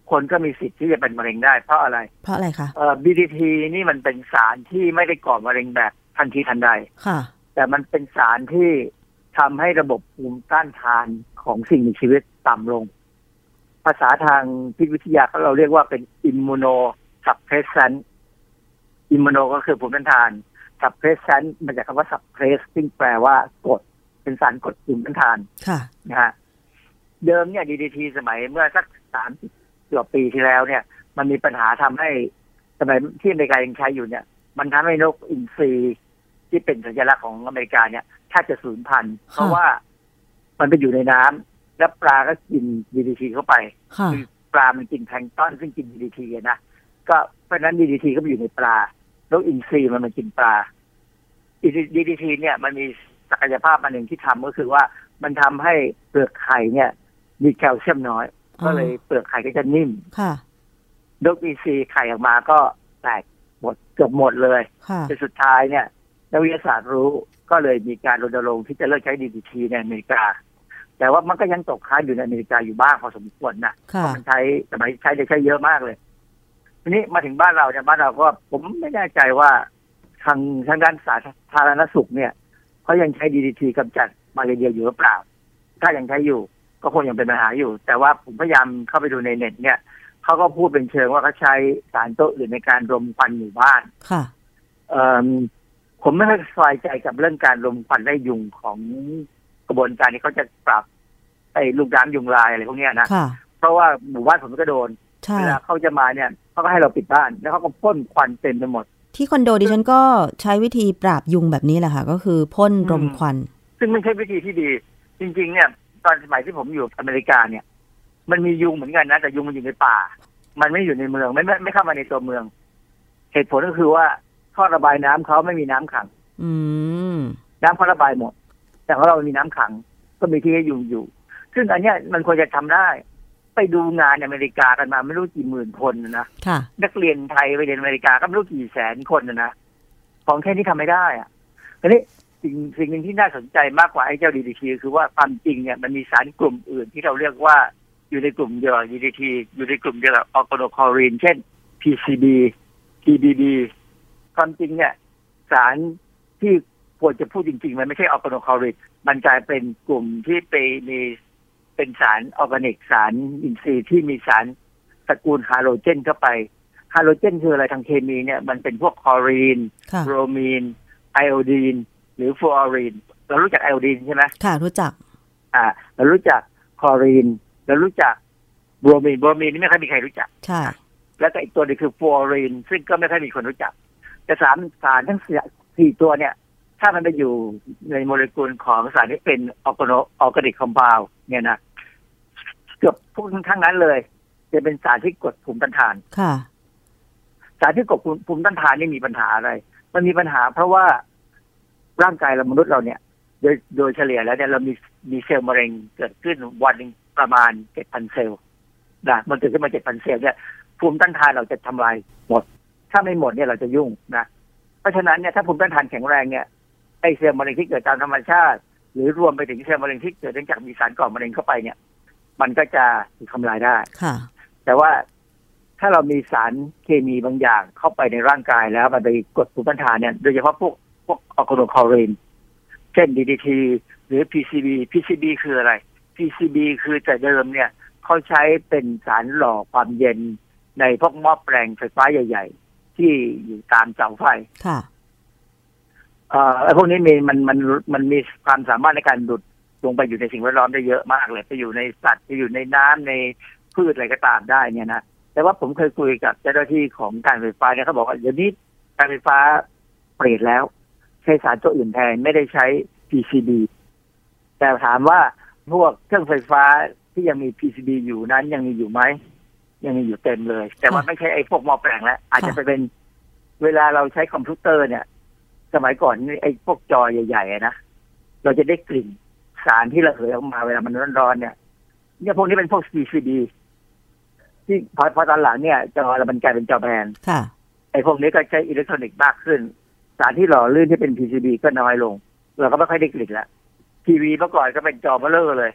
คนก็มีสิทธิ์ที่จะเป็นมะเร็งได้เพราะอะไรเพราะอะไรคะเอ่อ บี ดี ที นี่มันเป็นสารที่ไม่ได้ก่อมะเร็งแบบทันทีทันใดค่ะแต่มันเป็นสารที่ทำให้ระบบภูมิต้านทานของสิ่งมีชีวิตต่ำลงภาษาทางพิษวิทยาเขาเราเรียกว่าเป็นอิมมูโนซับเพรสแซนต์อิมมูโนก็คือภูมิต้านทานซับเพรสแซนต์มาจากคำว่าซับเพรสซึ่งแปลว่ากดเป็นสารกดภูมิต้านทานค่ะนะฮะเดิมเนี่ย ดี ดี ที สมัยเมื่อสักสามสิบกว่าปีที่แล้วเนี่ยมันมีปัญหาทำให้สมัยที่อเมริกายังใช้อยู่เนี่ยมันทำให้นกอินทรีที่เป็นสัญลักษณ์ของอเมริกาเนี่ยแทบจะสูญพันธุ์เพราะว่ามันไปอยู่ในน้ำแล้วปลาก็กิน ดี ดี ที เข้าไปคือปลามันกินแพลงก์ตอนซึ่งกิน ดี ดี ที นะก็เพราะฉะนั้น ดี ดี ที ก็ไปอยู่ในปลานกอินทรีมันมันกินปลา ดี ดี ที เนี่ยมันมีศักยภาพอันหนึ่งที่ทำก็คือว่ามันทำให้เปลือกไข่เนี่ยมีแคลเซียมน้อยก็เลยเปลือกไข่ก็จะนิ่มค่ะนกอินทรีไข่ออกมาก็แตกหมดเกือบหมดเลยแต่สุดท้ายเนี่ยนักวิทยาศาสตร์รู้ก็เลยมีการรณรงค์ที่จะเลิกใช้ ดี ดี ที ในอเมริกาแต่ว่ามันก็ยังตกค้างอยู่ในอเมริกาอยู่บ้างพอสมควรนะเพราะมันใช้สมัยใช้ได้ใช้เยอะมากเลยทีนี้มาถึงบ้านเราเนี่ยบ้านเราก็ผมไม่แน่ใจว่าทางทางด้านสาธารณสุขเนี่ยเขายังใช้ ดี ดี ที กำจัดมาเลเรียอยู่หรือเปล่าถ้ายังใช้อยู่ก็คงยังเป็นปัญหาอยู่แต่ว่าผมพยายามเข้าไปดูในเน็ตเนี่ยเขาก็พูดเป็นเชิงว่าเขาใช้สารตัวอื่นในการรมควันหมู่บ้านค่ะเอ่อผมไม่ค่อยสบายใจกับเรื่องการรมควันไล่ยุงของกระบวนการที่เขาจะปรับไอ้ลูกน้ำยุงลายอะไรพวกนี้นะเพราะว่าหมู่บ้านผมก็โดนเวลาเขาจะมาเนี่ยเขาก็ให้เราปิดบ้านแล้วเขาก็พ่นควันเต็มไปหมดที่คอนโดดิฉันก็ใช้วิธีปราบยุงแบบนี้แหละค่ะก็คือพ่นรมควันซึ่งไม่ใช่วิธีที่ดีจริงๆเนี่ยตอนสมัยที่ผมอยู่อเมริกาเนี่ยมันมียุงเหมือนกันนะแต่ยุงมันอยู่ในป่ามันไม่อยู่ในเมืองไม่ไม่ไม่เข้ามาในตัวเมืองเหตุผลก็คือว่าท่อระบายน้ำเขาไม่มีน้ำขังอืมน้ำเขาระบายหมดแต่ของเรามีน้ำขังก็มีที่ให้ยุงอยู่ซึ่งอันเนี้ยมันควรจะทำได้ไปดูงานอเมริกากันมาไม่รู้กี่หมื่นคนนะนักเรียนไทยไปเรียนอเมริกาก็ไม่รู้กี่แสนคนนะนะของแค่นี้ทำไม่ได้อะทีนี้สิ่งสิ่งหนึ่งที่น่าสนใจมากกว่าไอ้เจ้า ดี ดี ที คือว่าความจริงเนี่ยมันมีสารกลุ่มอื่นที่เราเรียกว่าอยู่ในกลุ่มเดียวกับ ดี ดี ที อยู่ในกลุ่มเดียวกับออร์แกโนคลอรีนเช่น พี ซี บี ที บี บี ความจริงเนี่ยสารที่ควรจะพูดจริงๆมันไม่ใช่ออร์แกโนคลอรีนมันกลายเป็นกลุ่มที่ไปมีเป็นสารออร์แกนิกสารอินทรีย์ที่มีสารตระกูลฮาโลเจนเข้าไปฮาโลเจนคืออะไรทางเคมีเนี่ยมันเป็นพวกคลอรีนโบรมีนไอโอดีนหรือฟลูออรีนเรารู้จักไอโอดีนใช่ไหมค่ะรู้จักอ่าเรารู้จักคลอรีนเรารู้จักโบรมีนโบรมีนนี่ไม่ค่อยมีใครรู้จักใช่แล้วก็อีกตัวนึงคือฟลูออรีนซึ่งก็ไม่ค่อยมีคนรู้จักแต่สารสารทั้งสี่ตัวเนี่ยถ้ามันไปอยู่ในโมเลกุลของสารที่เป็นออร์แกโนออร์แกนิกคอมเพลด์เนี่ยนะเกือบพวกทั้งนั้นเลยจะเป็นสารที่กดภูมิต้านทานค่ะสารที่กดภูมิต้านทานนี่มีปัญหาอะไรมันมีปัญหาเพราะว่าร่างกายเรามนุษย์เราเนี่ยโดยโดยเฉลี่ยแล้วเนี่ยเรามีมีเซลล์มะเร็งเกิดขึ้นวันนึงประมาณ เจ็ดพัน เซลล์นะมันเกิดขึ้นมา เจ็ดพัน เซลล์เนี่ยภูมิต้านทานเราจะทำลายหมดถ้าไม่หมดเนี่ยเราจะยุ่งนะเพราะฉะนั้นเนี่ยถ้าภูมิต้านทานแข็งแรงเนี่ยไอเซลล์มะเร็งที่เกิดตามธรรมชาติหรือรวมไปถึงเซลล์มะเร็งที่เกิดเนื่องจากมีสารก่อมะเร็งเข้าไปเนี่ยมันก็จะถูกทำลายได้ค่ะแต่ว่าถ้าเรามีสารเคมีบางอย่างเข้าไปในร่างกายแล้วมันไปกดภูมิต้านทานเนี่ยโดยเฉพาะพวกพวกออร์แกโนคลอรีนเช่น ดี ดี ที หรือ พี ซี บี พี ซี บี คืออะไร พี ซี บี คือแต่เดิมเนี่ยเขาใช้เป็นสารหล่อความเย็นในพวกหม้อแปลงไฟฟ้าใหญ่ๆที่อยู่ตามเสาไฟค่ะเอ่อไอ้พวกนี้มีมันมันมันมีความสามารถในการดูดลงไปอยู่ในสิ่งแวดล้อมได้เยอะมากเลยไปอยู่ในสัตว์ไปอยู่ในน้ำในพืชอะไรก็ตามได้เนี่ยนะแต่ว่าผมเคยคุยกับเจ้าหน้าที่ของการไฟฟ้าเนี่ยเขาบอกว่าเดี๋ยวนี้การไฟฟ้าเปลี่ยนแล้วใช้สารตัวอื่นแทนไม่ได้ใช้ พี ซี บี แต่ถามว่าพวกเครื่องไฟฟ้าที่ยังมี พี ซี บี อยู่นั้นยังมีอยู่ไหมยังมีอยู่เต็มเลยแต่ว่าไม่ใช่ไอ้พวกหม้อแปลงแล้วอาจจะไปเป็นเวลาเราใช้คอมพิวเตอร์เนี่ยสมัยก่อนไอ้พวกจอใหญ่ๆนะเราจะได้กลิ่นสารที่ระเหยออกมาเวลามันร้อนๆเนี่ยเนี่ยพวกนี้เป็นพวก พี ซี บี ที่พอพอตอนหลังเนี่ยจอเรามันกลายเป็นจอแบนค่ะไอ้พวกนี้ก็ใช้อิเล็กทรอนิกส์มากขึ้นสารที่หล่อลื่นที่เป็น พี ซี บี ก็น้อยลงเราก็ไม่ค่อยได้กลิ่นละทีวีเมื่อก่อนก็เป็นจอเบลอเลย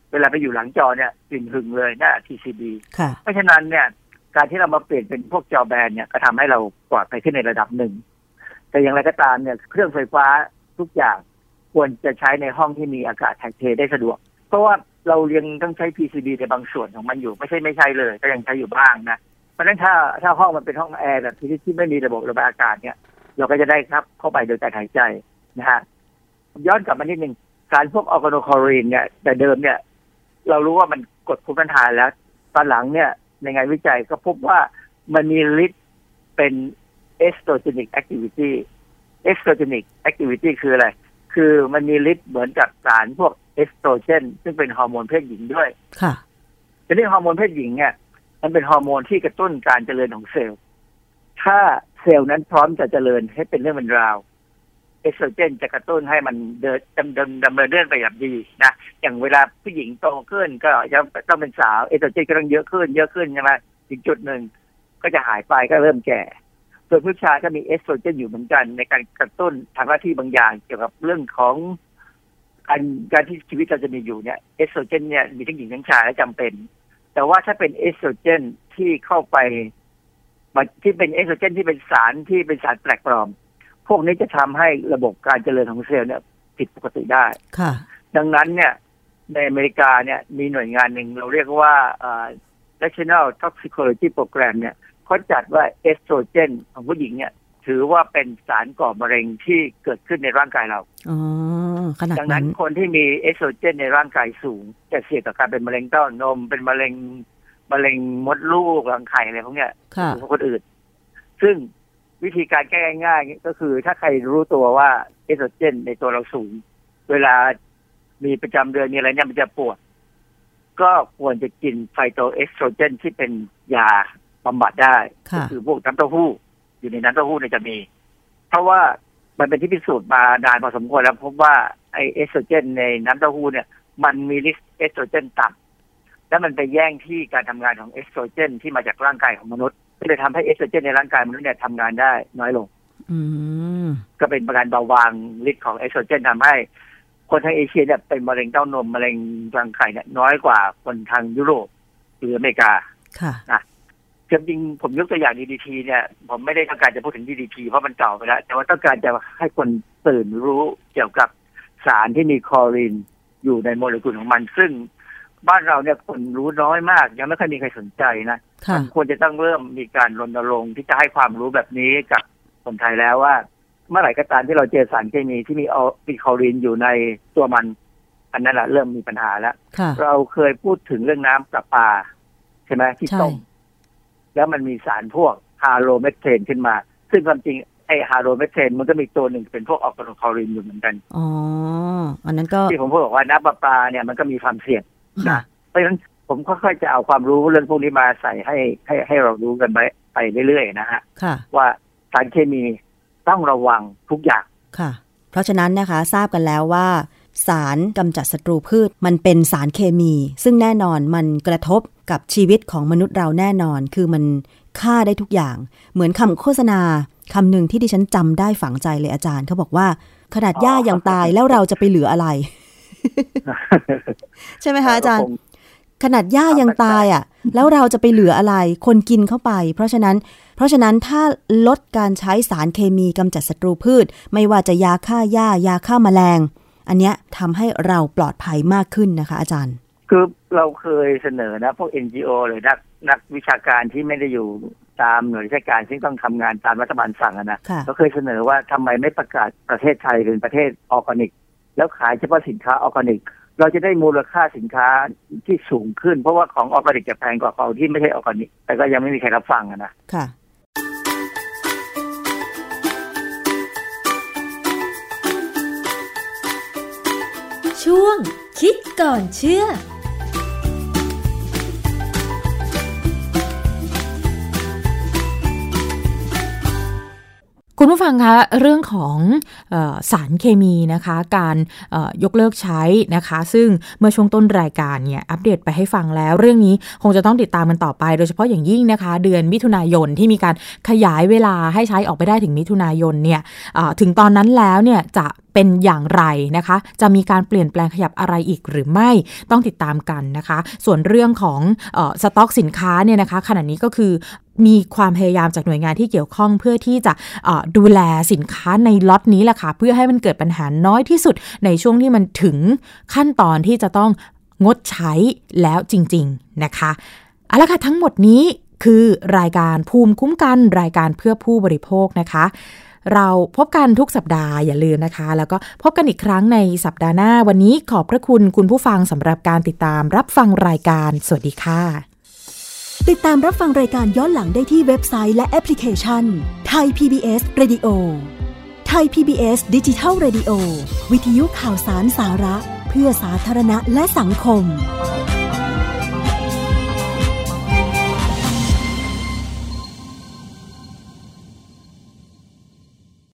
เวลาไปอยู่หลังจอเนี่ยกลิ่นหึงเลยหน้า ที ซี บีค่ะเพราะฉะนั้นเนี่ยการที่เรามาเปลี่ยนเป็นพวกจอแบนเนี่ยก็ทำให้เราปลอดภัยขึ้นในระดับหนึ่งแต่อย่างไรก็ตามเนี่ยเครื่องไฟฟ้าทุกอย่างควรจะใช้ในห้องที่มีอากาศถ่ายเทได้สะดวกเพราะว่าเรายังต้องใช้ พี ซี บี ในบางส่วนของมันอยู่ไม่ใช่ไม่ใช่เลยก็ยังใช้อยู่บ้างนะเพราะฉะนั้นถ้าถ้าห้องมันเป็นห้องแอร์แบบที่ที่ไม่มีระบบระบายอากาศเนี่ยเราก็จะได้ครับเข้าไปโดยการหายใจนะฮะย้อนกลับมานิดนึงสารพวกออร์แกโนคลอรีนเนี่ยแต่เดิมเนี่ยเรารู้ว่ามันกดภูมิต้านทานแล้วตอนหลังเนี่ยในงานวิจัยก็พบว่ามันมีฤทธิ์เป็น estrogenic activity estrogenic activity คืออะไรคือมันมีฤทธิ์เหมือนกับสารพวกเอสโตรเจนซึ่งเป็นฮอร์โมนเพศหญิงด้วยค่ะทีนี้ฮอร์โมนเพศหญิงเนี่ยมันเป็นฮอร์โมนที่กระตุ้นการเจริญของเซลล์ถ้าเซลล์นั้นพร้อมจะเจริญให้เป็นเรื่องเป็นราวเอสโตรเจนจะกระตุ้นให้มันเดินดำเนินดำเนินเรื่องไปอย่างดีนะอย่างเวลาผู้หญิงโตขึ้นก็จะต้องเป็นสาวเอสโตรเจนก็ต้องเยอะขึ้นเยอะขึ้นใช่ไหมถึงจุดหนึ่งก็จะหายไปก็เริ่มแก่ส่วนผู้ชายก็มีเอสโตรเจนอยู่เหมือนกันในการกระตุ้นทางหน้าที่บางอย่างเกี่ยวกับเรื่องของการการที่ชีวิตเราจะมีอยู่เนี่ยเอสโตรเจนเนี่ยมีทั้งหญิงทั้งชายและจำเป็นแต่ว่าถ้าเป็นเอสโตรเจนที่เข้าไปที่เป็นเอสโตรเจนที่เป็นสารที่เป็นสารแปลกปลอมพวกนี้จะทำให้ระบบการเจริญของเซลล์เนี่ยผิดปกติได้ค่ะดังนั้นเนี่ยในอเมริกาเนี่ยมีหน่วยงานหนึ่งเราเรียกว่า National Toxicology Program เนี่ยเขาจัดว่าเอสโตรเจนของผู้หญิงเนี่ยถือว่าเป็นสารก่อมะเร็งที่เกิดขึ้นในร่างกายเราอ๋อขนาดนั้นดังนั้นคนที่มีเอสโตรเจนในร่างกายสูงจะเสี่ยงต่อการเป็นมะเร็งเต้านมเป็นมะเร็งมะเร็งมดลูกรังไข่อะไรพวกเนี้ยสูงกว่าคนอื่นซึ่งวิธีการแก้ง่ายๆก็คือถ้าใครรู้ตัวว่าเอสโตรเจนในตัวเราสูงเวลามีประจำเดือนมีอะไรเนี่ยมันจะปวดก็ควรจะกินไฟโตเอสโตรเจนที่เป็นยาบำบัดได้ก็คือพวกน้ำเต้าหู้อยู่ในน้ำเต้าหู้เนี่ยจะมีเพราะว่ามันเป็นที่พิสูจน์มานานพอสมควรแล้วพบว่าไอเอสโตรเจนในน้ำเต้าหู้เนี่ยมันมีฤทธิ์เอสโตรเจนต่ำและมันไปแย่งที่การทำงานของเอสโตรเจนที่มาจากร่างกายของมนุษย์ก็เลยทำให้เอสโตรเจนในร่างกายมนุษย์เนี่ยทำงานได้น้อยลงก็เป็นการเบาบางฤทธิ์ของเอสโตรเจนทำให้คนทางเอเชียเนี่ยเป็นมะเร็งเต้านมมะเร็งรังไข่เนี่ยน้อยกว่าคนทางยุโรปหรืออเมริกาค่ะนะจริงๆผมยกตัวอย่าง ดี ดี ที เนี่ยผมไม่ได้ต้องการจะพูดถึง ดี ดี ที เพราะมันเก่าไปแล้วแต่ว่าต้องการจะให้คนตื่นรู้เกี่ยวกับสารที่มีคลอรีนอยู่ในโมเลกุลของมันซึ่งบ้านเราเนี่ยคนรู้น้อยมากยังไม่ค่อยมีใครสนใจนะควรจะต้องเริ่มมีการรณรงค์ที่จะให้ความรู้แบบนี้กับคนไทยแล้วว่าเมื่อไหร่ก็ตามที่เราเจอสารเคมีที่มีมีคลอรีนอยู่ในตัวมันอันนั้นแหละเริ่มมีปัญหาแล้วเราเคยพูดถึงเรื่องน้ำประปาใช่ไหมที่ต้มแล้วมันมีสารพวกฮาโลเมทเทนขึ้นมาซึ่งความจริงไอฮาโลเมทเทนมันก็มีตัวหนึ่งเป็นพวกออร์แกโนคลอรีนอยู่เหมือนกันอ๋ออันนั้นก็ที่ผมพูดบอกว่าน้ำประปาเนี่ยมันก็มีความเสี่ยงนะเพราะฉะนั้นผมค่อยๆจะเอาความรู้เรื่องพวกนี้มาใส่ให้ให้ให้เรารู้กันไปไปเรื่อยๆนะฮะว่าสารเคมีต้องระวังทุกอย่างค่ะเพราะฉะนั้นนะคะทราบกันแล้วว่าสารกำจัดศัตรูพืชมันเป็นสารเคมีซึ่งแน่นอนมันกระทบกับชีวิตของมนุษย์เราแน่นอนคือมันฆ่าได้ทุกอย่างเหมือนคำโฆษณาคำหนึ่งที่ดิฉันจำได้ฝังใจเลยอาจารย์เขาบอกว่าขนาดหญ้ายังตายแล้วเราจะไปเหลืออะไร ใช่ไหมคะอาจารย์ขนาดหญ้ายังตายอ่ะแล้วเราจะไปเหลืออะไรคนกินเข้าไปเพราะฉะนั้นเพราะฉะนั้นถ้าลดการใช้สารเคมีกำจัดศัตรูพืชไม่ว่าจะยาฆ่าหญ้ายาฆ่าแมลงอันเนี้ยทำให้เราปลอดภัยมากขึ้นนะคะอาจารย์คือเราเคยเสนอนะพวก เอ็น จี โอ หรือนักนักวิชาการที่ไม่ได้อยู่ตามหน่วยราชการซึ่งต้องทำงานตามรัฐบาลสั่งนะเราเคยเสนอว่าทำไมไม่ประกาศประเทศไทยเป็นประเทศออร์แกนิกแล้วขายเฉพาะสินค้าออร์แกนิกเราจะได้มูลค่าสินค้าที่สูงขึ้นเพราะว่าของออร์แกนิกจะแพงกว่าของที่ไม่ใช่ออร์แกนิกแต่ก็ยังไม่มีใครรับฟังนะค่ะช่วงคิดก่อนเชื่อคุณผู้ฟังคะเรื่องของเอ่อสารเคมีนะคะการเอ่อยกเลิกใช้นะคะซึ่งเมื่อช่วงต้นรายการเนี่ยอัปเดตไปให้ฟังแล้วเรื่องนี้คงจะต้องติดตามกันต่อไปโดยเฉพาะอย่างยิ่งนะคะเดือนมิถุนายนที่มีการขยายเวลาให้ใช้ออกไปได้ถึงมิถุนายนเนี่ยถึงตอนนั้นแล้วเนี่ยจะเป็นอย่างไรนะคะจะมีการเปลี่ยนแปลงขยับอะไรอีกหรือไม่ต้องติดตามกันนะคะส่วนเรื่องของเอ่อสต็อกสินค้าเนี่ยนะคะขณะนี้ก็คือมีความพยายามจากหน่วยงานที่เกี่ยวข้องเพื่อที่จะดูแลสินค้าในล็อตนี้แหละค่ะเพื่อให้มันเกิดปัญหาน้อยที่สุดในช่วงที่มันถึงขั้นตอนที่จะต้องงดใช้แล้วจริงๆนะคะเอาละค่ะทั้งหมดนี้คือรายการภูมิคุ้มกันรายการเพื่อผู้บริโภคนะคะเราพบกันทุกสัปดาห์อย่าลืมนะคะแล้วก็พบกันอีกครั้งในสัปดาห์หน้าวันนี้ขอบพระคุณคุณผู้ฟังสำหรับการติดตามรับฟังรายการสวัสดีค่ะติดตามรับฟังรายการย้อนหลังได้ที่เว็บไซต์และแอปพลิเคชัน Thai พี บี เอส Radio Thai พี บี เอส Digital Radio วิทยุข่าวสารสาระเพื่อสาธารณะและสังคม